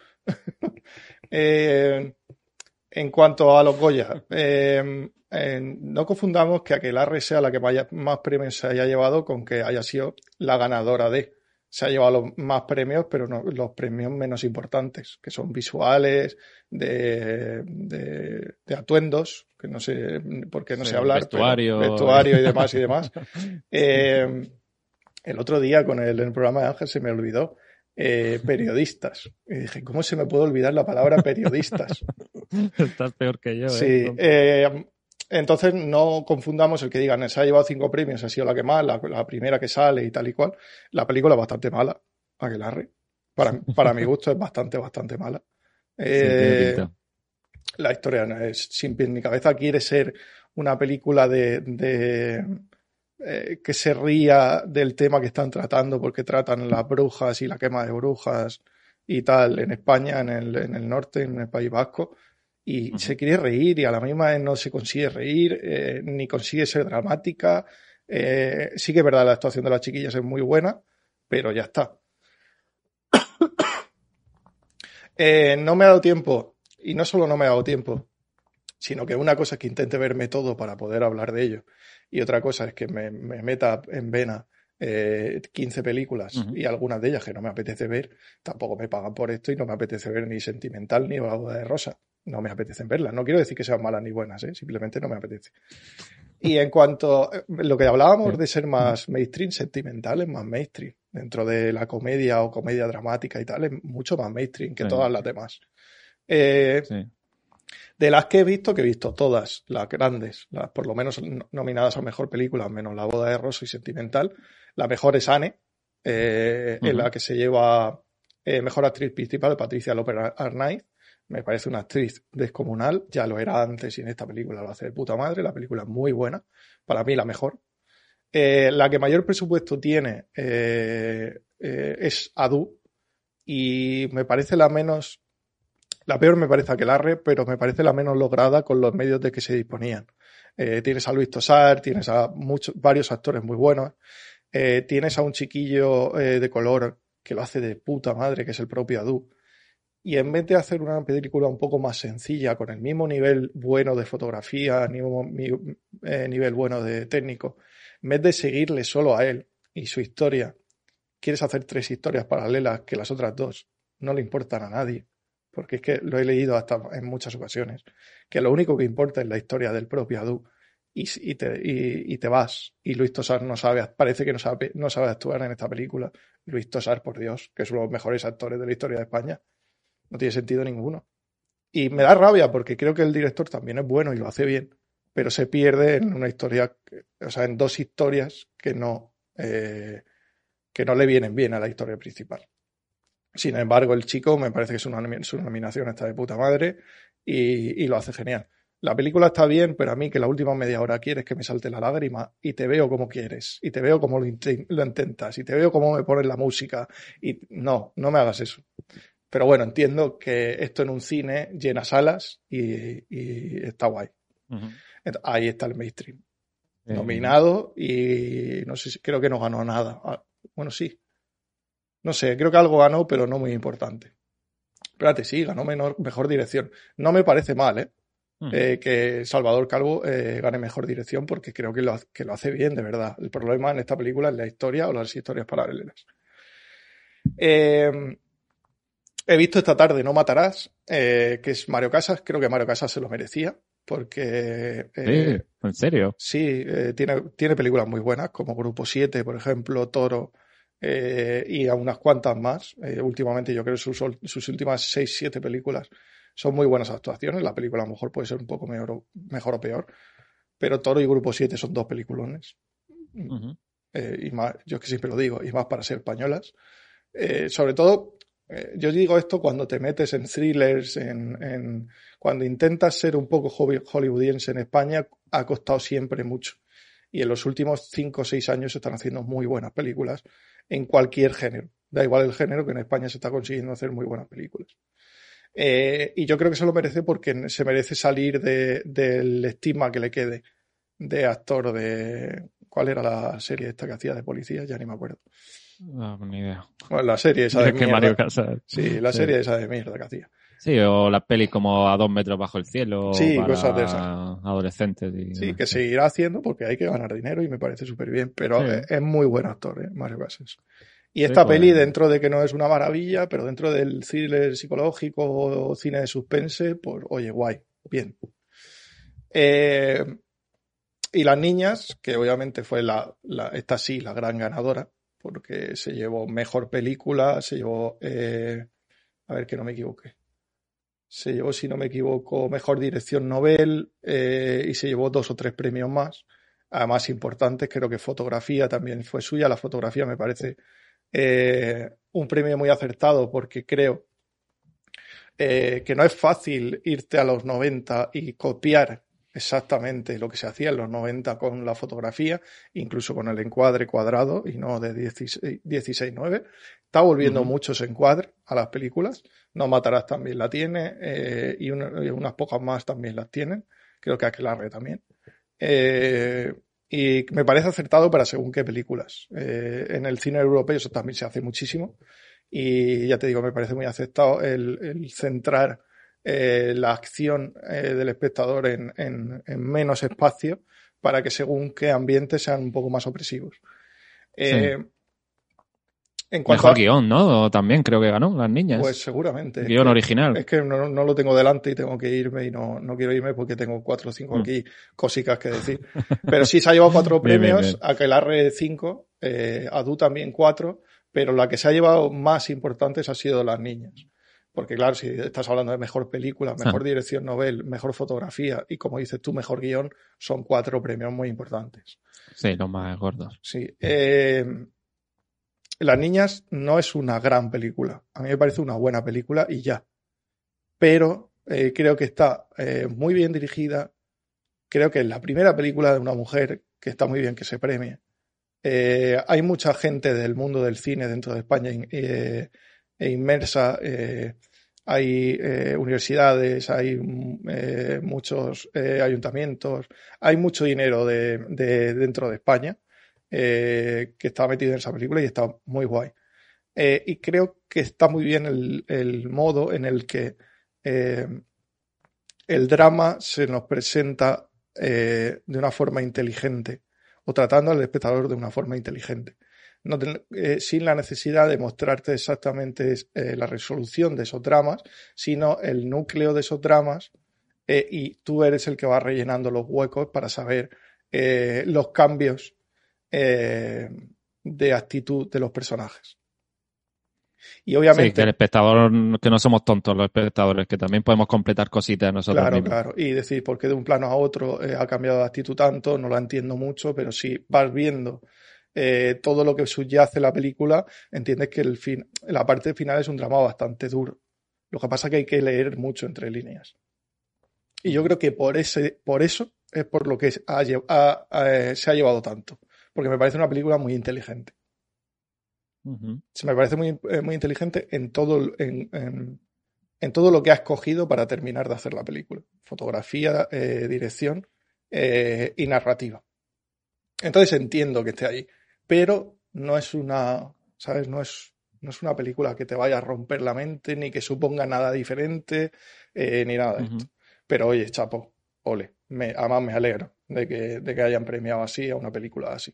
eh, en cuanto a los Goya, eh, eh, no confundamos que Aquelarre sea la que vaya, más premios se haya llevado con que haya sido la ganadora de... Se ha llevado los más premios, pero no, los premios menos importantes, que son visuales, de, de, de atuendos, que no sé por qué no sí, sé hablar, vestuario, pero vestuario y demás y demás. Eh, el otro día con el, el programa de Ángel se me olvidó. eh, periodistas. Y dije, ¿cómo se me puede olvidar la palabra periodistas? Estás peor que yo, Sí, ¿eh? eh, entonces no confundamos el que digan, se ha llevado cinco premios, ha sido la que más, la, la primera que sale y tal y cual. La película es bastante mala, aquelarre. Para, para mi gusto es bastante, bastante mala. Eh, Sí, la historia no es sin pies ni cabeza, quiere ser una película de, de eh, que se ría del tema que están tratando, porque tratan las brujas y la quema de brujas y tal en España, en el, en el norte, en el País Vasco, y uh-huh. se quiere reír y a la misma vez no se consigue reír, eh, ni consigue ser dramática. Eh, sí que es verdad, la actuación de las chiquillas es muy buena, pero ya está. eh, no me ha dado tiempo. Y no solo no me ha dado tiempo, sino que una cosa es que intente verme todo para poder hablar de ello. Y otra cosa es que me, me meta en vena eh, quince películas uh-huh. y algunas de ellas que no me apetece ver. Tampoco me pagan por esto y no me apetece ver ni Sentimental ni La boda de Rosa. No me apetecen verlas. No quiero decir que sean malas ni buenas, ¿eh? Simplemente no me apetece. Y en cuanto a lo que hablábamos de ser más mainstream, Sentimental es más mainstream. Dentro de la comedia o comedia dramática y tal, es mucho más mainstream que sí, todas las demás. Eh, sí. De las que he visto, que he visto todas, las grandes, las por lo menos nominadas a mejor película, menos La boda de Rosa y Sentimental, la mejor es Anne, eh, uh-huh. en la que se lleva eh, mejor actriz principal, Patricia López Arnaiz. Me parece una actriz descomunal, ya lo era antes y en esta película lo hace de puta madre, la película es muy buena, para mí la mejor. Eh, la que mayor presupuesto tiene eh, eh, es Adu, y me parece la menos... La peor me parece Aquelarre, pero me parece la menos lograda con los medios de que se disponían. Eh, tienes a Luis Tosar, tienes a muchos, varios actores muy buenos, eh, tienes a un chiquillo eh, de color que lo hace de puta madre, que es el propio Adu. Y en vez de hacer una película un poco más sencilla, con el mismo nivel bueno de fotografía, mismo eh, nivel bueno de técnico, en vez de seguirle solo a él y su historia, quieres hacer tres historias paralelas que las otras dos no le importan a nadie. Porque es que lo he leído hasta en muchas ocasiones, que lo único que importa es la historia del propio Adu y, y, te, y, y te vas. Y Luis Tosar no sabe, parece que no sabe, no sabe actuar en esta película. Luis Tosar, por Dios, que es uno de los mejores actores de la historia de España. No tiene sentido ninguno. Y me da rabia porque creo que el director también es bueno y lo hace bien, pero se pierde en una historia, o sea, en dos historias que no, eh, que no le vienen bien a la historia principal. Sin embargo, el chico me parece que es una, su nominación está de puta madre y, y lo hace genial. La película está bien, pero a mí que la última media hora quieres que me salte la lágrima y te veo como quieres, y te veo como lo, int- lo intentas, y te veo como me pones la música, y no, no me hagas eso. Pero bueno, entiendo que esto en un cine llena salas y, y está guay. Uh-huh. Entonces, ahí está el mainstream. Uh-huh. Nominado y no sé si creo que no ganó nada. Ah, bueno, sí. No sé, creo que algo ganó, pero no muy importante. Espérate, sí, ganó menor, mejor dirección. No me parece mal, ¿eh? Uh-huh. eh que Salvador Calvo eh, gane mejor dirección, porque creo que lo, que lo hace bien, de verdad. El problema en esta película es la historia o las historias paralelas. Eh, he visto esta tarde No Matarás, eh, que es Mario Casas. Creo que Mario Casas se lo merecía, porque... Eh, sí, ¿en serio? Sí, eh, tiene, tiene películas muy buenas, como Grupo siete, por ejemplo, Toro... Eh, y a unas cuantas más. Eh, últimamente yo creo que sus, sus últimas seis, siete películas son muy buenas actuaciones. La película a lo mejor puede ser un poco mejor, mejor o peor, pero Toro y Grupo siete son dos peliculones. Uh-huh. Eh, y más, yo es que siempre lo digo, y más para ser españolas. Eh, sobre todo, eh, yo digo esto cuando te metes en thrillers, en, en, cuando intentas ser un poco hollywoodiense en España, ha costado siempre mucho. Y en los últimos cinco o seis años se están haciendo muy buenas películas en cualquier género. Da igual el género, que en España se está consiguiendo hacer muy buenas películas. Eh, y yo creo que se lo merece porque se merece salir de, del estigma que le quede de actor de... ¿Cuál era la serie esta que hacía de policía? Ya ni me acuerdo. No, ni idea. Bueno, la serie esa de que mierda. Mario Casas. Sí, la sí. serie esa de mierda que hacía. Sí, o las pelis como A dos metros bajo el cielo. Sí, para cosas de esas. Adolescentes. Y sí, demás, que sí. seguirá haciendo porque hay que ganar dinero y me parece súper bien. Pero sí. es, es muy buen actor, ¿eh? Mario Casas. Y esta sí, pues... peli, dentro de que no es una maravilla, pero dentro del thriller psicológico o cine de suspense, pues oye, guay, bien. Eh, y Las niñas, que obviamente fue la, la esta sí, la gran ganadora, porque se llevó mejor película, se llevó, eh, a ver que no me equivoque, se llevó, si no me equivoco, mejor dirección Nobel eh, y se llevó dos o tres premios más, además importantes, creo que fotografía también fue suya, la fotografía me parece eh, un premio muy acertado porque creo eh, que no es fácil irte a los noventa y copiar exactamente lo que se hacía en los noventa con la fotografía, incluso con el encuadre cuadrado y no de dieciséis nueve. Está volviendo uh-huh. muchos encuadres a las películas. No Matarás también la tiene eh, y, una, y unas pocas más también las tienen. Creo que Aquelarre también. Eh, y me parece acertado para según qué películas. Eh, en el cine europeo eso también se hace muchísimo y ya te digo, me parece muy aceptado el, el centrar Eh, la acción eh, del espectador en, en, en menos espacio para que según qué ambientes sean un poco más opresivos. Eh, sí. en Mejor a, guión, ¿no? También creo que ganó Las Niñas. Pues seguramente. Guión es que, original. Es que no, no lo tengo delante y tengo que irme y no, no quiero irme porque tengo cuatro o cinco mm. aquí cositas que decir. Pero sí se ha llevado cuatro premios, bien, bien, bien. Aquelarre cinco, eh, Adu también cuatro, pero la que se ha llevado más importantes ha sido Las Niñas. Porque claro, si estás hablando de mejor película, mejor ah. dirección Nobel, mejor fotografía y como dices tú, mejor guión, son cuatro premios muy importantes. Sí, los más gordos. Sí. Eh, Las Niñas no es una gran película. A mí me parece una buena película y ya. Pero eh, creo que está eh, muy bien dirigida. Creo que es la primera película de una mujer que está muy bien que se premie. Eh, hay mucha gente del mundo del cine dentro de España eh, e inmersa, eh, hay eh, universidades, hay eh, muchos eh, ayuntamientos, hay mucho dinero de, de, dentro de España eh, que está metido en esa película y está muy guay. Eh, y creo que está muy bien el, el modo en el que eh, el drama se nos presenta eh, de una forma inteligente o tratando al espectador de una forma inteligente. No ten, eh, sin la necesidad de mostrarte exactamente eh, la resolución de esos dramas, sino el núcleo de esos dramas eh, y tú eres el que va rellenando los huecos para saber eh, los cambios eh, de actitud de los personajes. Y obviamente... Sí, que el espectador, que no somos tontos los espectadores, que también podemos completar cositas nosotros claro, mismos. Claro, claro. Y decir, ¿por qué de un plano a otro eh, ha cambiado de actitud tanto? No lo entiendo mucho, pero si vas viendo Eh, todo lo que subyace la película, entiendes que el fin, la parte final es un drama bastante duro. Lo que pasa es que hay que leer mucho entre líneas. Y yo creo que por ese, por eso es por lo que ha, ha, ha, se ha llevado tanto. Porque me parece una película muy inteligente. Uh-huh. Se me parece muy, muy inteligente en todo, en, en, en todo lo que ha escogido para terminar de hacer la película. Fotografía, eh, dirección eh, y narrativa. Entonces entiendo que esté ahí. Pero no es una, ¿sabes? No es, no es una película que te vaya a romper la mente, ni que suponga nada diferente, eh, ni nada de uh-huh. esto. Pero oye, chapo, ole. Me, además me alegro de que, de que hayan premiado así a una película así.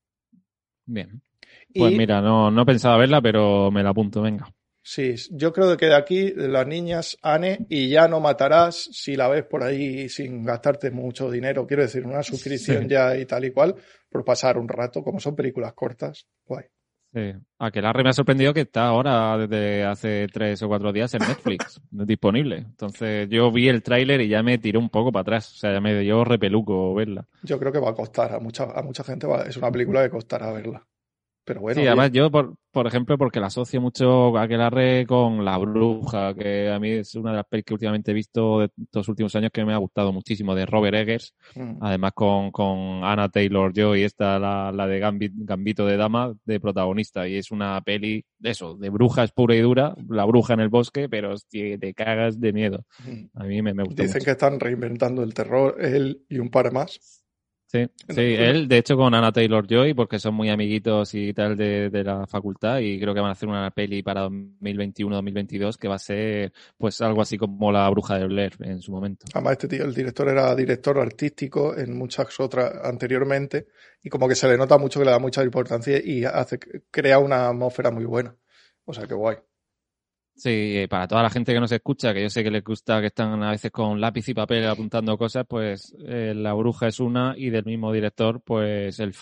Bien. Pues y, mira, no, no pensaba verla, pero me la apunto, venga. Sí, yo creo que de aquí, de Las Niñas, Anne, y Ya no matarás si la ves por ahí sin gastarte mucho dinero. Quiero decir, una suscripción sí. ya y tal y cual, por pasar un rato, como son películas cortas, guay. Sí. Aquelarre me ha sorprendido que está ahora, desde hace tres o cuatro días, en Netflix, disponible. Entonces yo vi el tráiler y ya me tiré un poco para atrás. O sea, ya me dio repeluco verla. Yo creo que va a costar, a mucha, a mucha gente va, es una película que costará verla. Pero bueno, sí, además yo, por, por ejemplo, porque la asocio mucho a Aquelarre con La Bruja, que a mí es una de las películas que últimamente he visto de estos últimos años que me ha gustado muchísimo, de Robert Eggers, mm. además con, con Anna Taylor-Joy, esta, la, la de Gambit, Gambito de Dama, de protagonista, y es una peli de eso, de brujas pura y dura, la bruja en el bosque, pero hostia, te cagas de miedo. A mí me, me gusta Dicen mucho. que están reinventando el terror, él y un par más. Sí, sí, él, de hecho, con Anna Taylor-Joy, porque son muy amiguitos y tal de, de la facultad, y creo que van a hacer una peli para dos mil veintiuno dos mil veintidós que va a ser, pues, algo así como La Bruja de Blair en su momento. Además, este tío, el director era director artístico en muchas otras anteriormente, y como que se le nota mucho que le da mucha importancia y hace, crea una atmósfera muy buena. O sea, que guay. Sí, para toda la gente que nos escucha, que yo sé que les gusta que están a veces con lápiz y papel apuntando cosas, pues eh, La Bruja es una, y del mismo director, pues El Faro,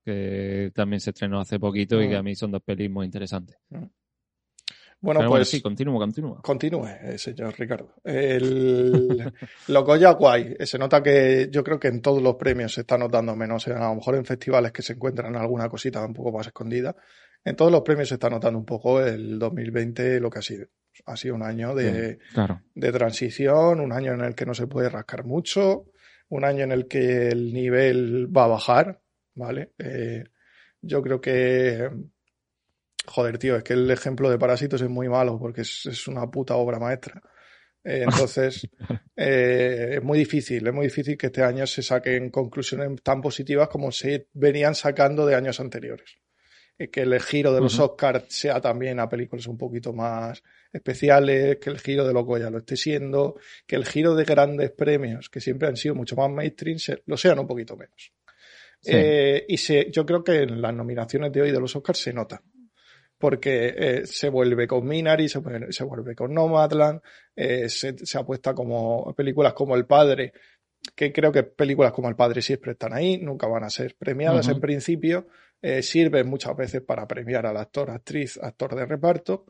que también se estrenó hace poquito mm. y que a mí son dos pelis muy interesantes. Mm. Bueno, Pero pues bueno, sí, continúa, continúa. Continúe, eh, señor Ricardo. El, lo Goya guay. Se nota que yo creo que en todos los premios se está notando menos. A lo mejor en festivales que se encuentran alguna cosita un poco más escondida. En todos los premios se está notando un poco el dos mil veinte lo que ha sido. Ha sido un año de, sí, claro. de transición, un año en el que no se puede rascar mucho, un año en el que el nivel va a bajar, ¿vale? Eh, yo creo que... Joder, tío, es que el ejemplo de Parásitos es muy malo porque es, es una puta obra maestra. Eh, entonces, eh, es muy difícil, es muy difícil que este año se saquen conclusiones tan positivas como se venían sacando de años anteriores. Eh, que el giro de los uh-huh. Oscars sea también a películas un poquito más especiales, que el giro de los Goya lo esté siendo, que el giro de grandes premios, que siempre han sido mucho más mainstream, se, lo sean un poquito menos. Sí. Eh, y se, yo creo que en las nominaciones de hoy de los Oscars se nota. Porque eh, se vuelve con Minari, se, se vuelve con Nomadland, eh, se, se apuesta como películas como El Padre, que creo que películas como El Padre siempre están ahí, nunca van a ser premiadas uh-huh. en principio, eh, sirven muchas veces para premiar al actor, actriz, actor de reparto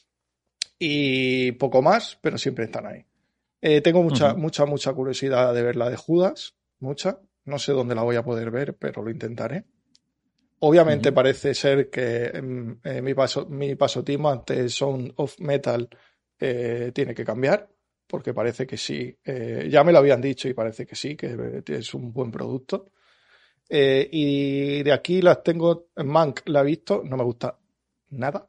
y poco más, pero siempre están ahí. Eh, tengo mucha, uh-huh. mucha, mucha curiosidad de ver la de Judas, mucha, no sé dónde la voy a poder ver, pero lo intentaré. Obviamente uh-huh. parece ser que eh, mi, paso, mi pasotimo ante Sound of Metal eh, tiene que cambiar, porque parece que sí. Eh, ya me lo habían dicho y parece que sí, que es un buen producto. Eh, y de aquí las tengo, Mank la he visto, no me gusta nada.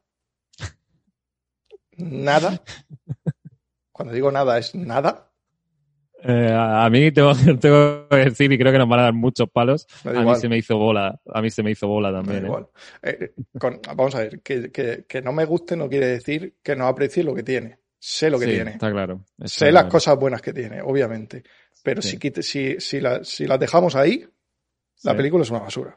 Nada. Cuando digo nada es nada. Eh, a mí tengo, tengo que decir, y creo que nos van a dar muchos palos, a igual. mí se me hizo bola, a mí se me hizo bola también. Me igual. Eh. Eh, con, vamos a ver, que, que, que no me guste no quiere decir que no aprecie lo que tiene. Sé lo que sí, tiene. Está claro. Está sé claro. las cosas buenas que tiene, obviamente. Pero sí. si, si, si, la, si las dejamos ahí, sí. la película es una basura.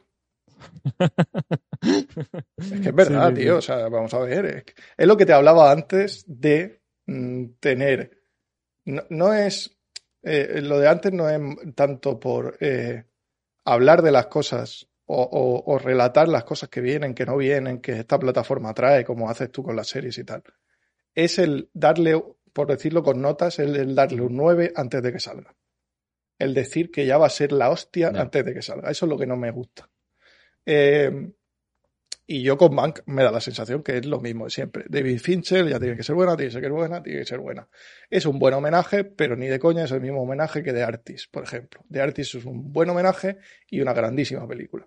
Es que es verdad, sí, tío. Sí. O sea, vamos a ver. Es, es lo que te hablaba antes de mm, tener. No, no es. Eh, lo de antes no es tanto por eh, hablar de las cosas o, o, o relatar las cosas que vienen, que no vienen, que esta plataforma trae, como haces tú con las series y tal. Es el darle, por decirlo con notas, el, el darle un nueve antes de que salga. El decir que ya va a ser la hostia no. antes de que salga. Eso es lo que no me gusta. Eh, y yo con Mank me da la sensación que es lo mismo de siempre. David Fincher ya tiene que ser buena, tiene que ser buena, tiene que ser buena. Es un buen homenaje, pero ni de coña es el mismo homenaje que The Artist, por ejemplo. The Artist es un buen homenaje y una grandísima película.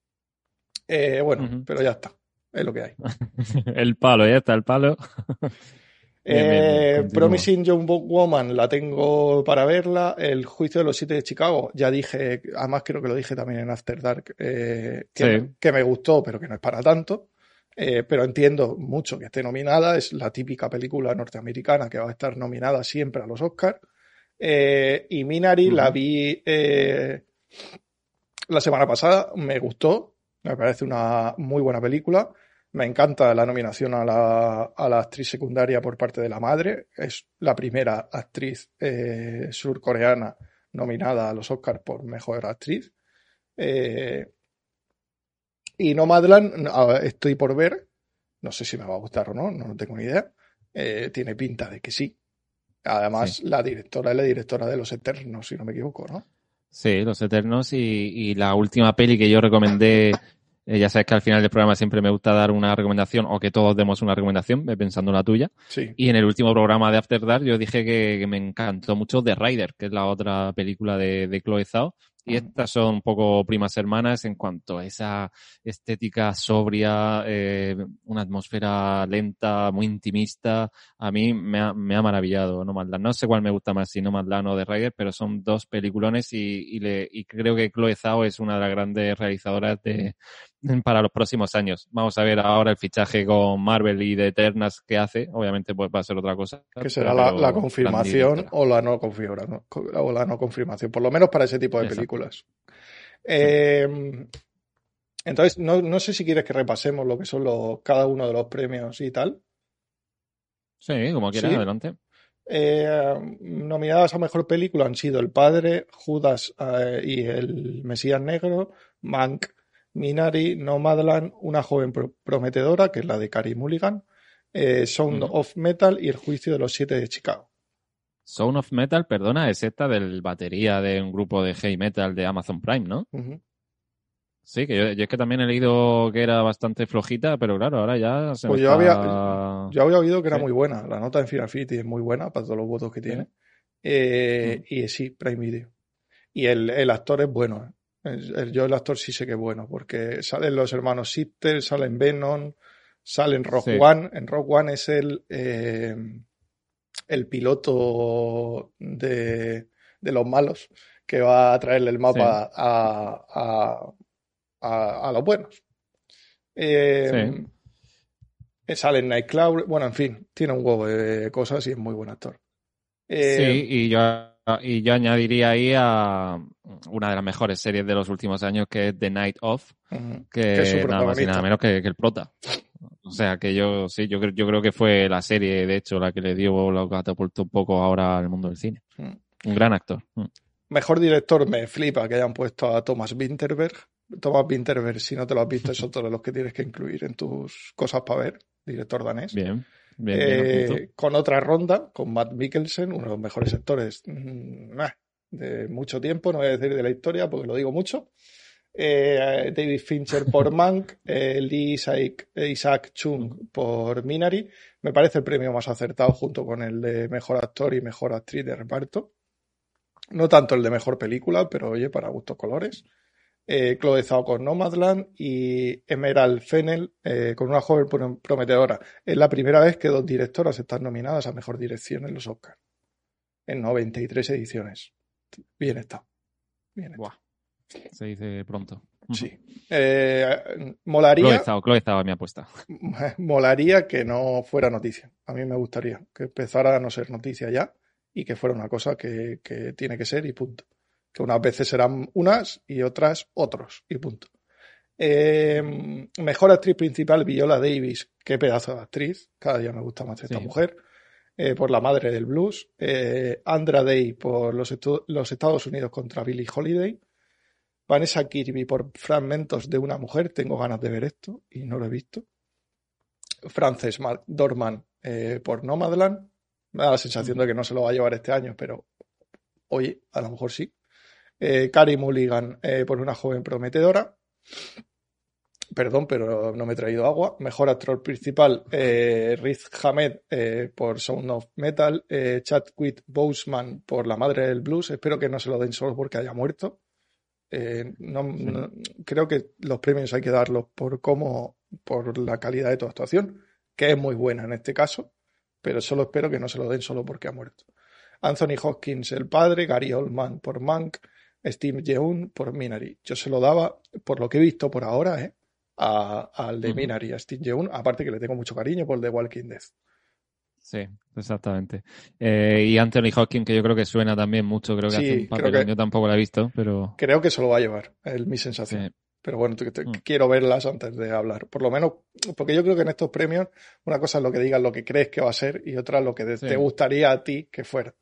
Eh, bueno, uh-huh. pero ya está. Es lo que hay. El palo, ya está el palo. Bien, eh, bien, bien. Promising Young Woman la tengo para verla. El Juicio de los Siete de Chicago, ya dije, además creo que lo dije también en After Dark, eh, que, sí. me, que me gustó, pero que no es para tanto. Eh, pero entiendo mucho que esté nominada. Es la típica película norteamericana que va a estar nominada siempre a los Oscars. Eh, y Minari uh-huh. la vi eh, la semana pasada, me gustó. Me parece una muy buena película. Me encanta la nominación a la, a la actriz secundaria por parte de la madre. Es la primera actriz eh, surcoreana nominada a los Oscars por mejor actriz. Eh, y Nomadland estoy por ver. No sé si me va a gustar o no, no tengo ni idea. Eh, tiene pinta de que sí. Además, sí. la directora es la directora de Los Eternos, si no me equivoco, ¿no? Sí, Los Eternos y, y la última peli que yo recomendé. Eh, ya sabes que al final del programa siempre me gusta dar una recomendación o que todos demos una recomendación, pensando en la tuya. Sí. Y en el último programa de After Dark yo dije que, que me encantó mucho The Rider, que es la otra película de, de Chloe Zhao. Y estas son un poco primas hermanas en cuanto a esa estética sobria, eh, una atmósfera lenta, muy intimista. A mí me ha, me ha maravillado Nomadland. No sé cuál me gusta más, si Nomadland o The Rider, pero son dos peliculones y, y, le, y creo que Chloe Zhao es una de las grandes realizadoras de, para los próximos años. Vamos a ver ahora el fichaje con Marvel y de Eternals que hace. Obviamente pues va a ser otra cosa. Que será la, la confirmación o la no confirmación, o la no confirmación, por lo menos para ese tipo de Exacto. películas. Eh, entonces, no, no sé si quieres que repasemos lo que son los, cada uno de los premios y tal. Sí, como quieras, ¿Sí? adelante. Eh, nominadas a mejor película han sido El Padre, Judas eh, y El Mesías Negro, Mank, Minari, Nomadland, Una joven pro- prometedora, que es la de Carey Mulligan, eh, Sound Mm. of Metal y El juicio de los siete de Chicago. Sound of Metal, perdona, es esta del batería de un grupo de heavy metal de Amazon Prime, ¿no? Uh-huh. Sí, que yo, yo es que también he leído que era bastante flojita, pero claro, ahora ya se Pues me yo está... había, yo había oído que era Sí. muy buena. La nota en Final Affinity es muy buena para todos los votos que Sí. tiene. Eh, Mm. Y sí, Prime Video. Y el, el actor es bueno. ¿eh? El- el- yo el actor sí sé que es bueno, porque salen los hermanos Shifter, salen Venom, salen Rogue Sí. One. En Rogue One es el, eh, el piloto de, de los malos que va a traerle el mapa a, a, a, a los buenos. Eh, Sí. eh, Sale en Nightcrawler, bueno, en fin, tiene un huevo de cosas y es muy buen actor. Eh, Sí, y yo, y yo añadiría ahí a una de las mejores series de los últimos años, que es The Night Of, ujú, que, que es su nada más y nada protagonista. menos que, que el prota. O sea, que yo sí, yo, creo- yo creo que fue la serie, de hecho, la que le dio, lo catapultó un poco ahora al mundo del cine. Mm. Un gran actor. Mm. Mejor director, me flipa que hayan puesto a Thomas Vinterberg. Thomas Vinterberg, si no te lo has visto, es otro de los que tienes que incluir en tus cosas para ver, director danés. Bien, bien, bien. Eh, apunto. con otra ronda, con Matt Mikkelsen, uno de los mejores actores mm, nah, de mucho tiempo, no voy a decir de la historia porque lo digo mucho. Eh, David Fincher por Mank, eh, Lee Isaac, Isaac Chung por Minari. Me parece el premio más acertado junto con el de mejor actor y mejor actriz de reparto. No tanto el de mejor película, pero oye, para gustos colores. Eh, Chloe Zhao con Nomadland y Emerald Fennell eh, con Una joven prom- prometedora. Es la primera vez que dos directoras están nominadas a mejor dirección en los Oscars. En noventa y tres ediciones. Bien está. Bien está. Buah, se dice pronto. Sí. Eh, Chloe molaría, Zhao, Chloe Zhao es mi apuesta. molaría que no fuera noticia. A mí me gustaría que empezara a no ser noticia ya y que fuera una cosa que, que tiene que ser y punto. Que unas veces serán unas y otras otros y punto. Eh, mejor actriz principal, Viola Davis. Qué pedazo de actriz. Cada día me gusta más esta Sí. mujer. Eh, por La madre del blues. Eh, Andra Day por los, estu- los Estados Unidos contra Billie Holiday. Vanessa Kirby por Fragmentos de una mujer. Tengo ganas de ver esto y no lo he visto. Frances McDormand eh, por Nomadland. Me da la sensación de que no se lo va a llevar este año, pero oye, a lo mejor sí. Eh, Carey Mulligan eh, por Una joven prometedora. Perdón, pero no me he traído agua. Mejor actor principal, eh, Riz Ahmed eh, por Sound of Metal. Eh, Chadwick Boseman por La madre del blues. Espero que no se lo den solo porque haya muerto. Eh, no, Sí. no- creo que los premios hay que darlos por cómo, por la calidad de tu actuación, que es muy buena en este caso, pero solo espero que no se lo den solo porque ha muerto. Anthony Hopkins, el padre, Gary Oldman por Mank, Steve Yeun por Minari. Yo se lo daba, por lo que he visto por ahora, ¿eh? a- al de Ujú. Minari, a Steve Yeun, aparte que le tengo mucho cariño por The Walking Dead. Sí, exactamente. Eh, y Anthony Hopkins, que yo creo que suena también mucho, creo que Sí, hace un creo papelón. que- Yo tampoco lo he visto, pero Creo que se lo va a llevar, es mi sensación. sí. Pero bueno, te- te- Mm. quiero verlas antes de hablar. Por lo menos, porque yo creo que en estos premios, una cosa es lo que digas, lo que crees que va a ser, y otra es lo que Sí. te gustaría a ti que fuera.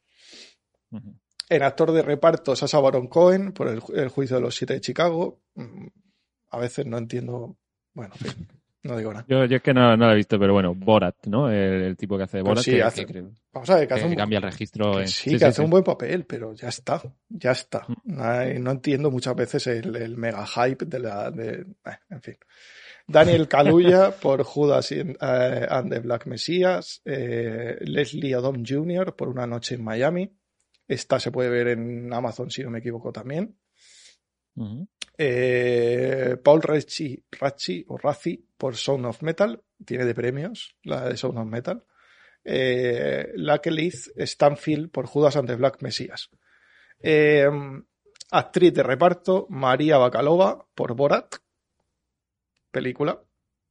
Ujú. En actor de reparto, Sacha Baron Cohen, por el, ju- el juicio de los siete de Chicago. Mm, A veces no entiendo. Bueno, en fin, no digo nada. Yo, yo es que no, no lo he visto, pero bueno, Borat, ¿no? El, el tipo que hace de Pues Borat, sí, que, hace- que creo Vamos a ver, que que hace un, cambia el registro. que en- sí, sí, que sí, hace sí. un buen papel, pero ya está, ya está. Mm. No, no entiendo muchas veces el, el mega hype de la. De, eh, en fin. Daniel Kaluuya por Judas y- eh, and the Black Messiah. eh, Leslie Odom junior por Una noche en Miami. Esta se puede ver en Amazon, si no me equivoco, también. Ujú. Eh, Paul Raci, Raci o Raci por Sound of Metal. Tiene de premios la de Sound of Metal. Eh, Lakeith Stanfield por Judas and the Black Messiah. Eh, actriz de reparto, María Bakalova por Borat. Película.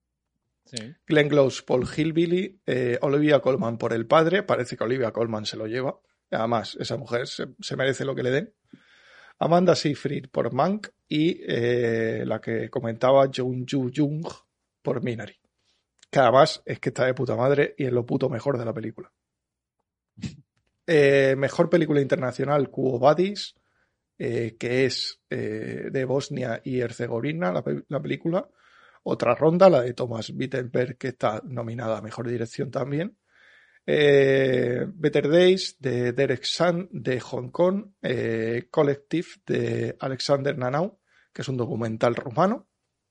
Sí. Glenn Close por Hillbilly, eh, Olivia Colman por El padre. Parece que Olivia Colman se lo lleva. Además, esa mujer se, se merece lo que le den. Amanda Seyfried por Mank y eh, la que comentaba Jung Ju Jung por Minari. Que además es que está de puta madre y es lo puto mejor de la película. Eh, mejor película internacional, Quo Vadis. eh, que es eh, de Bosnia y Herzegovina, la, la película. Otra ronda, la de Thomas Vinterberg, que está nominada a Mejor Dirección también. Eh, Better Days, de Derek San, de Hong Kong. Eh, Collective, de Alexander Nanau, que es un documental rumano.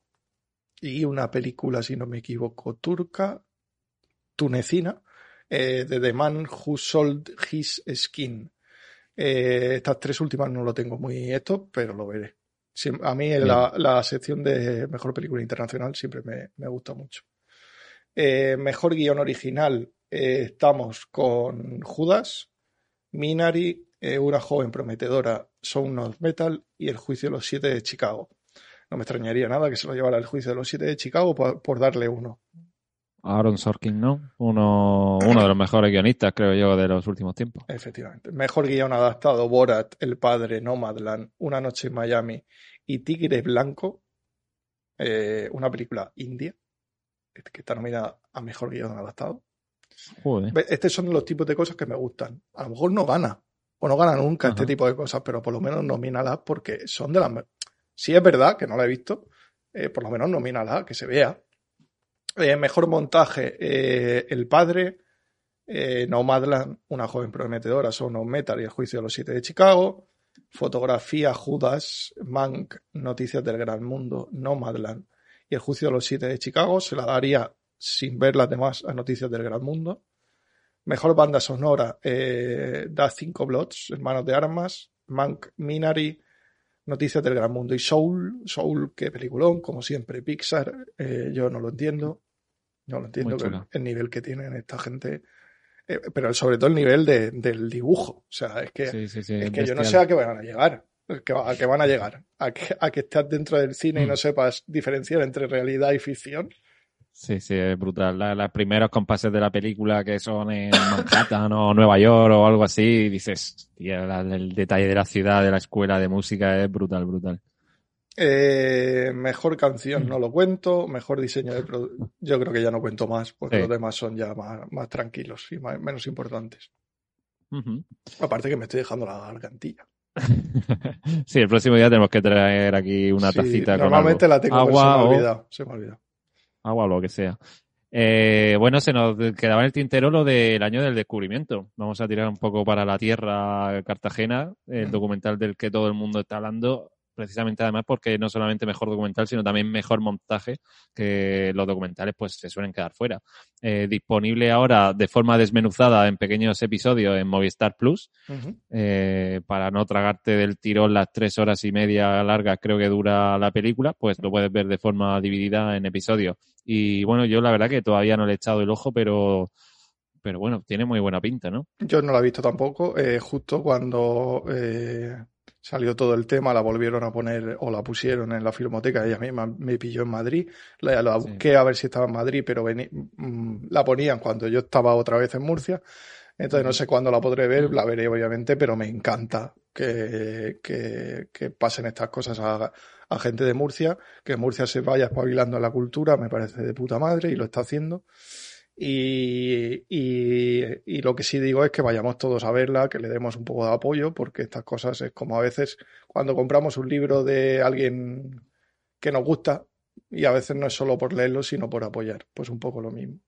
Y una película, si no me equivoco, turca, tunecina, eh, de The Man Who Sold His Skin. Eh, estas tres últimas no lo tengo muy esto, pero lo veré. Sí, a mí la, la sección de Mejor Película Internacional siempre me, me gusta mucho. Eh, mejor Guión Original, eh, estamos con Judas, Minari, eh, Una Joven Prometedora, Sound of Metal y El Juicio de los Siete de Chicago. No me extrañaría nada que se lo llevara El Juicio de los Siete de Chicago por, por darle uno. Aaron Sorkin, ¿no? Uno, uno de los mejores guionistas, creo yo, de los últimos tiempos. Efectivamente. Mejor guión adaptado, Borat, El Padre, Nomadland, Una Noche en Miami y Tigre Blanco, eh, una película india que está nominada a Mejor Guión Adaptado. Joder. Estos son los tipos de cosas que me gustan. A lo mejor no gana, o no gana nunca. Ajá. Este tipo de cosas, pero por lo menos nomínalas porque son de las... Si es verdad que no la he visto, eh, por lo menos nomínala, que se vea. Eh, mejor montaje, eh, El Padre, eh, Nomadland, Una Joven Prometedora, Sound of Metal y El Juicio de los Siete de Chicago. Fotografía, Judas, Mank, Noticias del Gran Mundo, Nomadland y El Juicio de los Siete de Chicago. Se la daría sin ver las demás a Noticias del Gran Mundo. Mejor banda sonora, eh, Da Cinco Bloods, Hermanos de Armas, Mank, Minari, Noticias del Gran Mundo y Soul. Soul, qué peliculón, como siempre, Pixar. Eh, yo no lo entiendo. No lo entiendo, el, el nivel que tienen esta gente. Eh, pero sobre todo el nivel de, del dibujo. O sea, es que, sí, sí, sí, es que yo no sé a qué van a llegar. A qué van a llegar. A que, a que estés dentro del cine mm. y no sepas diferenciar entre realidad y ficción. Sí, sí, es brutal. La, los primeros compases de la película que son en Manhattan o Nueva York o algo así, y dices, tía, la, el detalle de la ciudad, de la escuela de música es brutal, brutal. Eh, mejor canción no lo cuento, mejor diseño de producción. Yo creo que ya no cuento más, porque sí. Los demás son ya más, más tranquilos y más, menos importantes. Uh-huh. Aparte que me estoy dejando la gargantilla. Sí, el próximo día tenemos que traer aquí una sí, tacita normalmente con algo. La tengo, agua pero se me ha o... olvidado, se me ha olvidado. Agua o lo que sea. Eh, bueno, se nos quedaba en el tintero lo del año del descubrimiento. Vamos a tirar un poco para la tierra Cartagena, el uh-huh. documental del que todo el mundo está hablando. Precisamente además porque no solamente mejor documental, sino también mejor montaje, que los documentales pues se suelen quedar fuera. Eh, disponible ahora de forma desmenuzada en pequeños episodios en Movistar Plus, uh-huh. eh, para no tragarte del tirón las tres horas y media largas creo que dura la película, pues lo puedes ver de forma dividida en episodios. Y bueno, yo la verdad que todavía no le he echado el ojo, pero... pero bueno, tiene muy buena pinta, ¿no? Yo no la he visto tampoco, eh, justo cuando... Eh... salió todo el tema, la volvieron a poner o la pusieron en la Filmoteca, ella misma me pilló en Madrid, la, la busqué sí. a ver si estaba en Madrid, pero vení, mmm, la ponían cuando yo estaba otra vez en Murcia, entonces no sé cuándo la podré ver, la veré obviamente, pero me encanta que, que, que pasen estas cosas a, a gente de Murcia, que Murcia se vaya espabilando en la cultura, me parece de puta madre y lo está haciendo. Y, y, y lo que sí digo es que vayamos todos a verla, que le demos un poco de apoyo, porque estas cosas es como a veces cuando compramos un libro de alguien que nos gusta y a veces no es solo por leerlo, sino por apoyar, pues un poco lo mismo.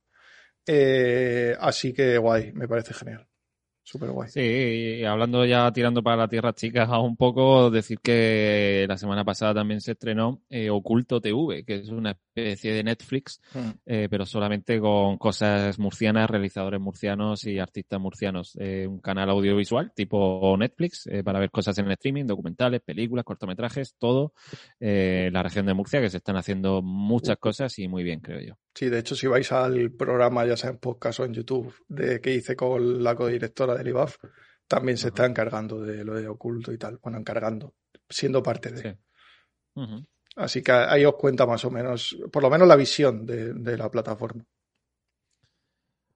Eh, así que guay, me parece genial. Súper guay. Sí, y hablando ya, tirando para la tierra chica un poco, decir que la semana pasada también se estrenó eh, Oculto T V, que es una especie de Netflix, mm. eh, pero solamente con cosas murcianas, realizadores murcianos y artistas murcianos. Eh, un canal audiovisual tipo Netflix, eh, para ver cosas en streaming, documentales, películas, cortometrajes, todo. Eh, la región de Murcia, que se están haciendo muchas cosas y muy bien, creo yo. Sí, de hecho, si vais al programa, ya sea en podcast o en YouTube, de que hice con la codirectora del I B A F, también se uh-huh. está encargando de lo de Oculto y tal. Bueno, encargando, siendo parte de. Sí. Uh-huh. Así que ahí os cuenta más o menos, por lo menos la visión de, de la plataforma.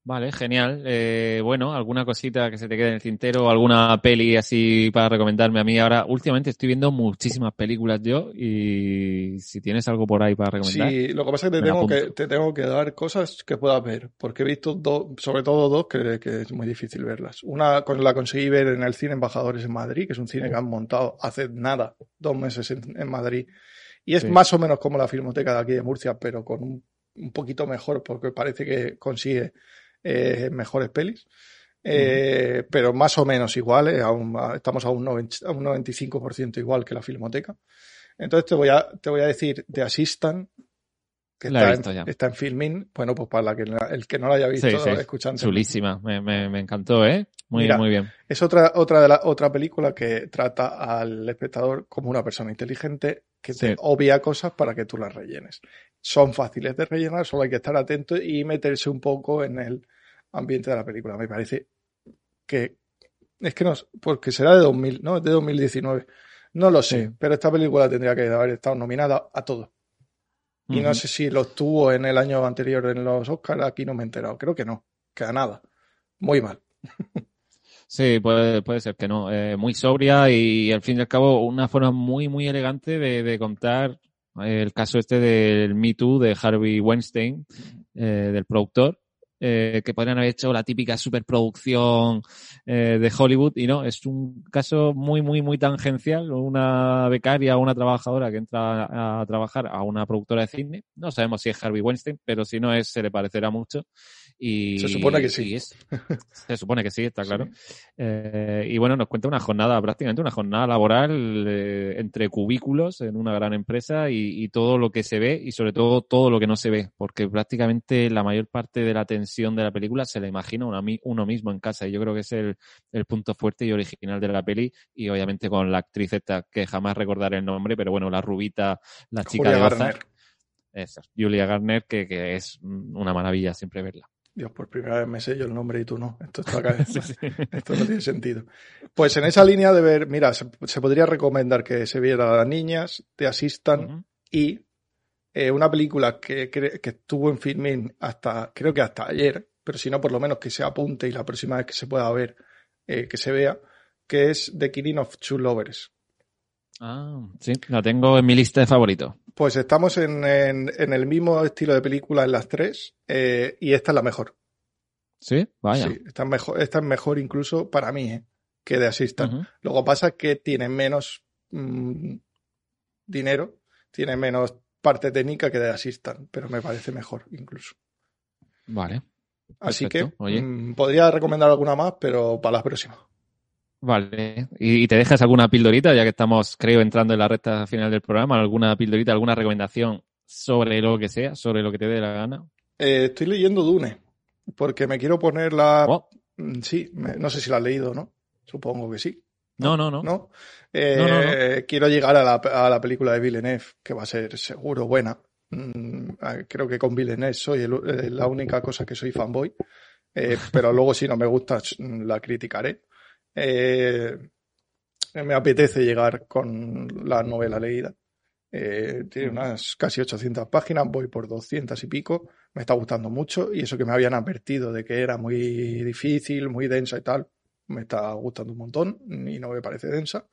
Vale, genial. Eh, bueno, ¿alguna cosita que se te quede en el tintero? ¿Alguna peli así para recomendarme a mí? Ahora, últimamente estoy viendo muchísimas películas yo y si tienes algo por ahí para recomendar. Sí, lo que pasa es que te, me la tengo que apunto. te tengo que dar cosas que puedas ver, porque he visto dos, sobre todo dos, que, que es muy difícil verlas. Una con- la conseguí ver en el Cine Embajadores en Madrid, que es un cine que han montado hace nada, dos meses en, en Madrid. Y es Sí. más o menos como la Filmoteca de aquí de Murcia, pero con un, un poquito mejor, porque parece que consigue eh, mejores pelis. Ujú. Eh, pero más o menos iguales, aún, a- estamos a un, noventa a un noventa y cinco por ciento igual que la Filmoteca. Entonces te voy a, te voy a decir The Assistant, que La he está en, visto ya. está en Filmin. Bueno, pues para la que, el que no la haya Sí, sí. visto, escuchante. Chulísima. Me, me, me encantó, ¿eh? Muy, Mira, muy bien. es otra, otra, de la, otra película que trata al espectador como una persona inteligente que te Sí. obvia cosas para que tú las rellenes. Son fáciles de rellenar, solo hay que estar atento y meterse un poco en el ambiente de la película. Me parece que es que no, porque será de dos mil, no, es de dos mil diecinueve. No lo sé, Sí. pero esta película tendría que haber estado nominada a todo. Y no Ujú. sé si lo estuvo en el año anterior en los Oscars, aquí no me he enterado. Creo que no, que a nada. Muy mal. Sí, puede, puede ser que no. Eh, muy sobria y al fin y al cabo una forma muy, muy elegante de, de contar el caso este del Me Too de Harvey Weinstein, eh, del productor, eh, que podrían haber hecho la típica superproducción eh, de Hollywood y no, es un caso muy, muy, muy tangencial. Una becaria o una trabajadora que entra a, a trabajar a una productora de cine. No sabemos si es Harvey Weinstein, pero si no es, se le parecerá mucho. Y, Se supone que sí. y es, se supone que sí, está Sí. claro. Eh, y bueno, nos cuenta una jornada, prácticamente una jornada laboral eh, entre cubículos en una gran empresa y, y todo lo que se ve y sobre todo todo lo que no se ve, porque prácticamente la mayor parte de la tensión de la película se la imagina uno, uno mismo en casa y yo creo que es el, el punto fuerte y original de la peli y obviamente con la actriz esta que jamás recordaré el nombre, pero bueno, la rubita, la chica Julia de Garner. Ozark, esa, Julia Garner, que, que es una maravilla siempre verla. Dios, por primera vez me sé yo el nombre y tú no. Esto está acá. Sí, sí. Esto no tiene sentido. Pues en esa línea de ver, mira, se, se podría recomendar que se viera a las niñas, te asistan Ujú. y eh, una película que, que, que estuvo en Filmin hasta, creo que hasta ayer, pero si no, por lo menos que se apunte y la próxima vez que se pueda ver, eh, que se vea, que es The Killing of Two Lovers. Ah, sí, la tengo en mi lista de favoritos. Pues estamos en, en, en el mismo estilo de película en las tres eh, y esta es la mejor. Sí, vaya. Sí, esta es mejor, esta es mejor incluso para mí, ¿eh? Que de Assistant. Uh-huh. Lo que pasa es que tiene menos mmm, dinero, tiene menos parte técnica que de Assistant, pero me parece mejor incluso. Vale. Así Perfecto. que Oye. mmm, podría recomendar alguna más, pero para la próxima. Vale. ¿Y, y te dejas alguna pildorita, ya que estamos, creo, entrando en la recta final del programa? ¿Alguna pildorita, alguna recomendación sobre lo que sea, sobre lo que te dé la gana? Eh, estoy leyendo Dune, porque me quiero poner la... Oh. Sí, me, no sé si la has leído, ¿no? Supongo que sí. No, no, no. ¿No? Eh, no, no, no. Quiero llegar a la, a la película de Villeneuve, que va a ser seguro buena. Mm, creo que con Villeneuve soy el, la única cosa que soy fanboy. Eh, pero luego si no me gusta la criticaré. Eh, me apetece llegar con la novela leída. Eh, tiene unas casi ochocientas páginas, voy por doscientas y pico. Me está gustando mucho y eso que me habían advertido de que era muy difícil, muy densa y tal, me está gustando un montón y no me parece densa.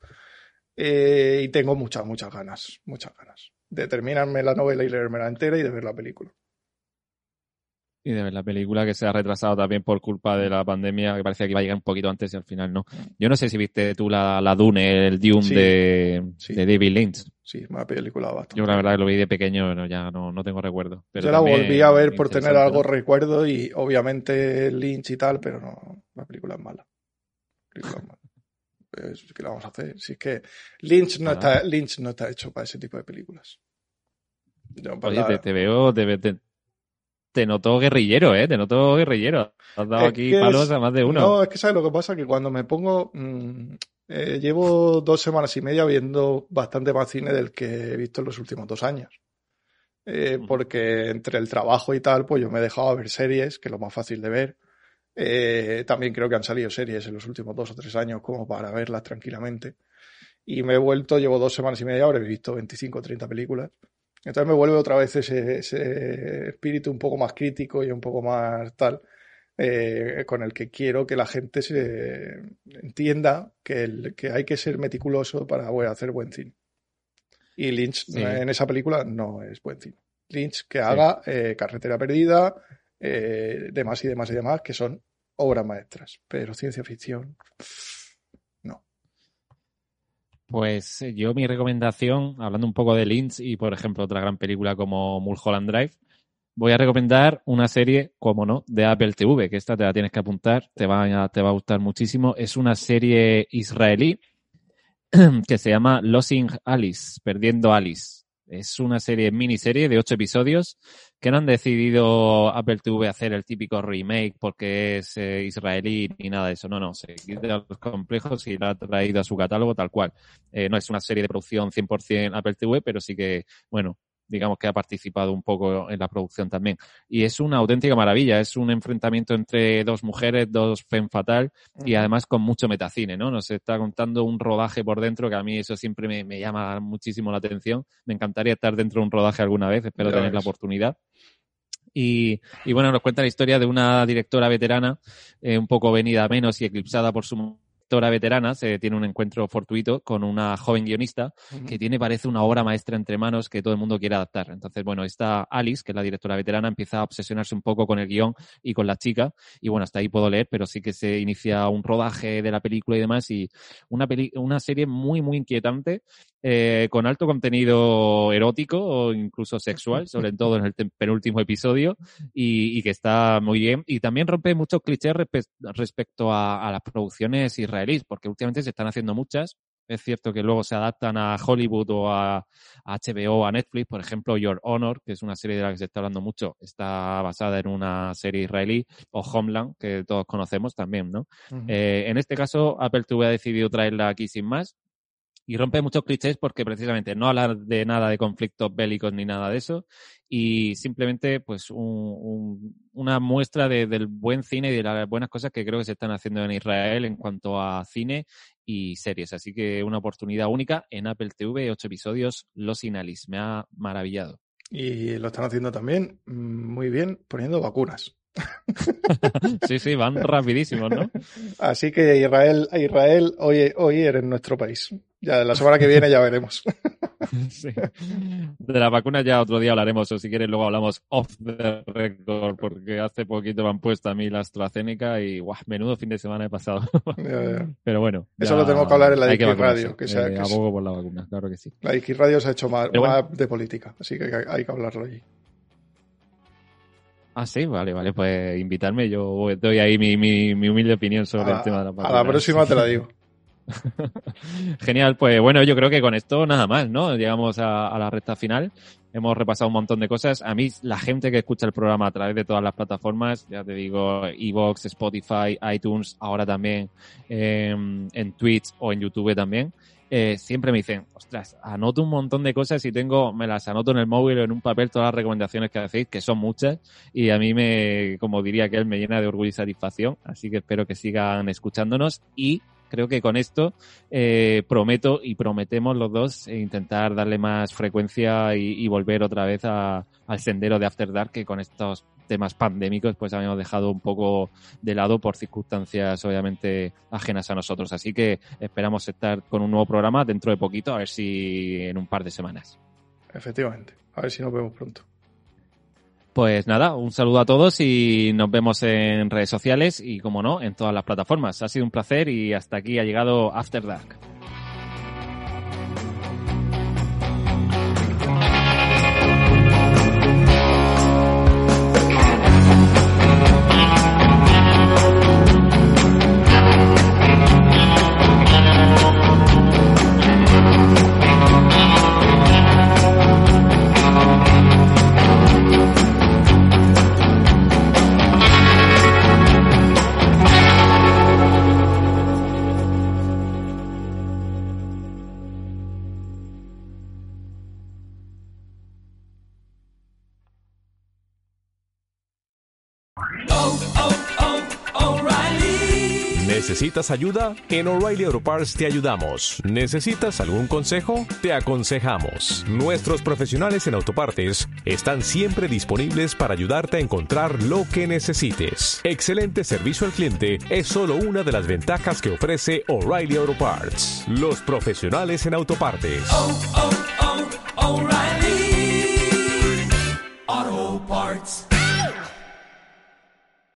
Eh, y tengo muchas, muchas ganas, muchas ganas de terminarme la novela y leérmela entera y de ver la película. Y de ver la película que se ha retrasado también por culpa de la pandemia, que parecía que iba a llegar un poquito antes y al final no. Yo no sé si viste tú la, la Dune, el Dune Sí, de, sí. de David Lynch. Sí, es una película bastante. Yo la verdad que lo vi de pequeño, pero ya no, no tengo recuerdo. Pero yo la volví a ver por tener algo ¿no? recuerdo y obviamente Lynch y tal, pero no, la película es mala. La película es mala. Pues, ¿qué le vamos a hacer? Si es que Lynch no, está, Lynch no está hecho para ese tipo de películas. Yo, Oye, la... te, te veo, te, te, te noto guerrillero, ¿eh? Te noto guerrillero. Has dado es aquí que palos es... a más de uno. No, es que ¿sabes lo que pasa? Que cuando me pongo... Mmm, eh, llevo dos semanas y media viendo bastante más cine del que he visto en los últimos dos años. Eh, uh-huh. Porque entre el trabajo y tal, pues yo me he dejado a ver series, que es lo más fácil de ver. Eh, también creo que han salido series en los últimos dos o tres años como para verlas tranquilamente. Y me he vuelto, llevo dos semanas y media, ahora he visto veinticinco o treinta películas. Entonces me vuelve otra vez ese, ese espíritu un poco más crítico y un poco más tal. eh, con el que quiero que la gente se entienda que, el, que hay que ser meticuloso para bueno, hacer buen cine. Y Lynch sí. en esa película no es buen cine. Lynch que haga sí. eh, Carretera Perdida, eh, demás y demás y demás, que son obras maestras. Pero ciencia ficción, no. Pues yo mi recomendación, hablando un poco de Lynch y por ejemplo otra gran película como Mulholland Drive, voy a recomendar una serie, como no, de Apple T V, que esta te la tienes que apuntar, te va a, te va a gustar muchísimo. Es una serie israelí que se llama Losing Alice, Perdiendo Alice. Es una serie, miniserie de ocho episodios que no han decidido Apple T V hacer el típico remake porque es eh, israelí ni nada de eso. No, no, se quita los complejos y la ha traído a su catálogo tal cual. Eh, no es una serie de producción cien por ciento Apple T V, pero sí que, bueno, digamos que ha participado un poco en la producción también. Y es una auténtica maravilla. Es un enfrentamiento entre dos mujeres, dos femme fatale, y además con mucho metacine, ¿no? Nos está contando un rodaje por dentro que a mí eso siempre me, me llama muchísimo la atención. Me encantaría estar dentro de un rodaje alguna vez. Espero ya tener ves. la oportunidad. Y, y bueno, nos cuenta la historia de una directora veterana, eh, un poco venida a menos y eclipsada por su directora veterana. Se tiene un encuentro fortuito con una joven guionista uh-huh. que tiene, parece, una obra maestra entre manos que todo el mundo quiere adaptar. Entonces, bueno, esta Alice, que es la directora veterana, empieza a obsesionarse un poco con el guión y con la chica. Y bueno, hasta ahí puedo leer, pero sí que se inicia un rodaje de la película y demás. Y una, peli- una serie muy, muy inquietante, eh, con alto contenido erótico o incluso sexual, sobre todo en el te- penúltimo episodio, y, y que está muy bien. Y también rompe muchos clichés respe- respecto a, a las producciones israelíes, porque últimamente se están haciendo muchas. Es cierto que luego se adaptan a Hollywood o a, a H B O o a Netflix. Por ejemplo, Your Honor, que es una serie de la que se está hablando mucho, está basada en una serie israelí, o Homeland, que todos conocemos también, ¿no? Uh-huh. Eh, en este caso, Apple T V ha decidido traerla aquí sin más. Y rompe muchos clichés porque precisamente no habla de nada de conflictos bélicos ni nada de eso, y simplemente pues un, un, una muestra de, del buen cine y de las buenas cosas que creo que se están haciendo en Israel en cuanto a cine y series. Así que una oportunidad única en Apple T V, ocho episodios, Losing Alice. Me ha maravillado. Y lo están haciendo también muy bien poniendo vacunas. Sí, sí, van rapidísimos, ¿no? Así que Israel, Israel, hoy, hoy eres nuestro país. Ya la semana que viene ya veremos. Sí. De las vacunas ya otro día hablaremos, o si quieres luego hablamos off the record, porque hace poquito me han puesto a mí la AstraZeneca y guau, menudo fin de semana he pasado. Ya, ya. Pero bueno. Eso lo tengo que hablar en la X Radio. Que sea, eh, que abogo por la vacuna, claro que sí. La X Radio se ha hecho más, bueno. más de política, así que hay, hay que hablarlo allí. Ah, sí, vale, vale, pues invitarme, yo doy ahí mi, mi, mi humilde opinión sobre a, el tema de la vacuna. A la próxima te la digo. Genial, pues bueno, yo creo que con esto nada más, ¿no? Llegamos a, a la recta final. Hemos repasado un montón de cosas. A mí, la gente que escucha el programa a través de todas las plataformas, ya te digo, iVoox, Spotify, iTunes, ahora también eh, en Twitch o en YouTube también, eh, siempre me dicen, ostras, anoto un montón de cosas y tengo, me las anoto en el móvil o en un papel todas las recomendaciones que hacéis, que son muchas, y a mí me, como diría aquel, me llena de orgullo y satisfacción. Así que espero que sigan escuchándonos y creo que con esto eh, prometo y prometemos los dos eh, intentar darle más frecuencia y, y volver otra vez a, al sendero de After Dark, que con estos temas pandémicos pues habíamos dejado un poco de lado por circunstancias obviamente ajenas a nosotros. Así que esperamos estar con un nuevo programa dentro de poquito, a ver si en un par de semanas. Efectivamente, a ver si nos vemos pronto. Pues nada, un saludo a todos y nos vemos en redes sociales y, como no, en todas las plataformas. Ha sido un placer y hasta aquí ha llegado After Dark. Oh, oh, oh, O'Reilly. ¿Necesitas ayuda? En O'Reilly Auto Parts te ayudamos. ¿Necesitas algún consejo? Te aconsejamos. Nuestros profesionales en autopartes están siempre disponibles para ayudarte a encontrar lo que necesites. Excelente servicio al cliente es solo una de las ventajas que ofrece O'Reilly Auto Parts. Los profesionales en autopartes. Oh, oh, oh, O'Reilly.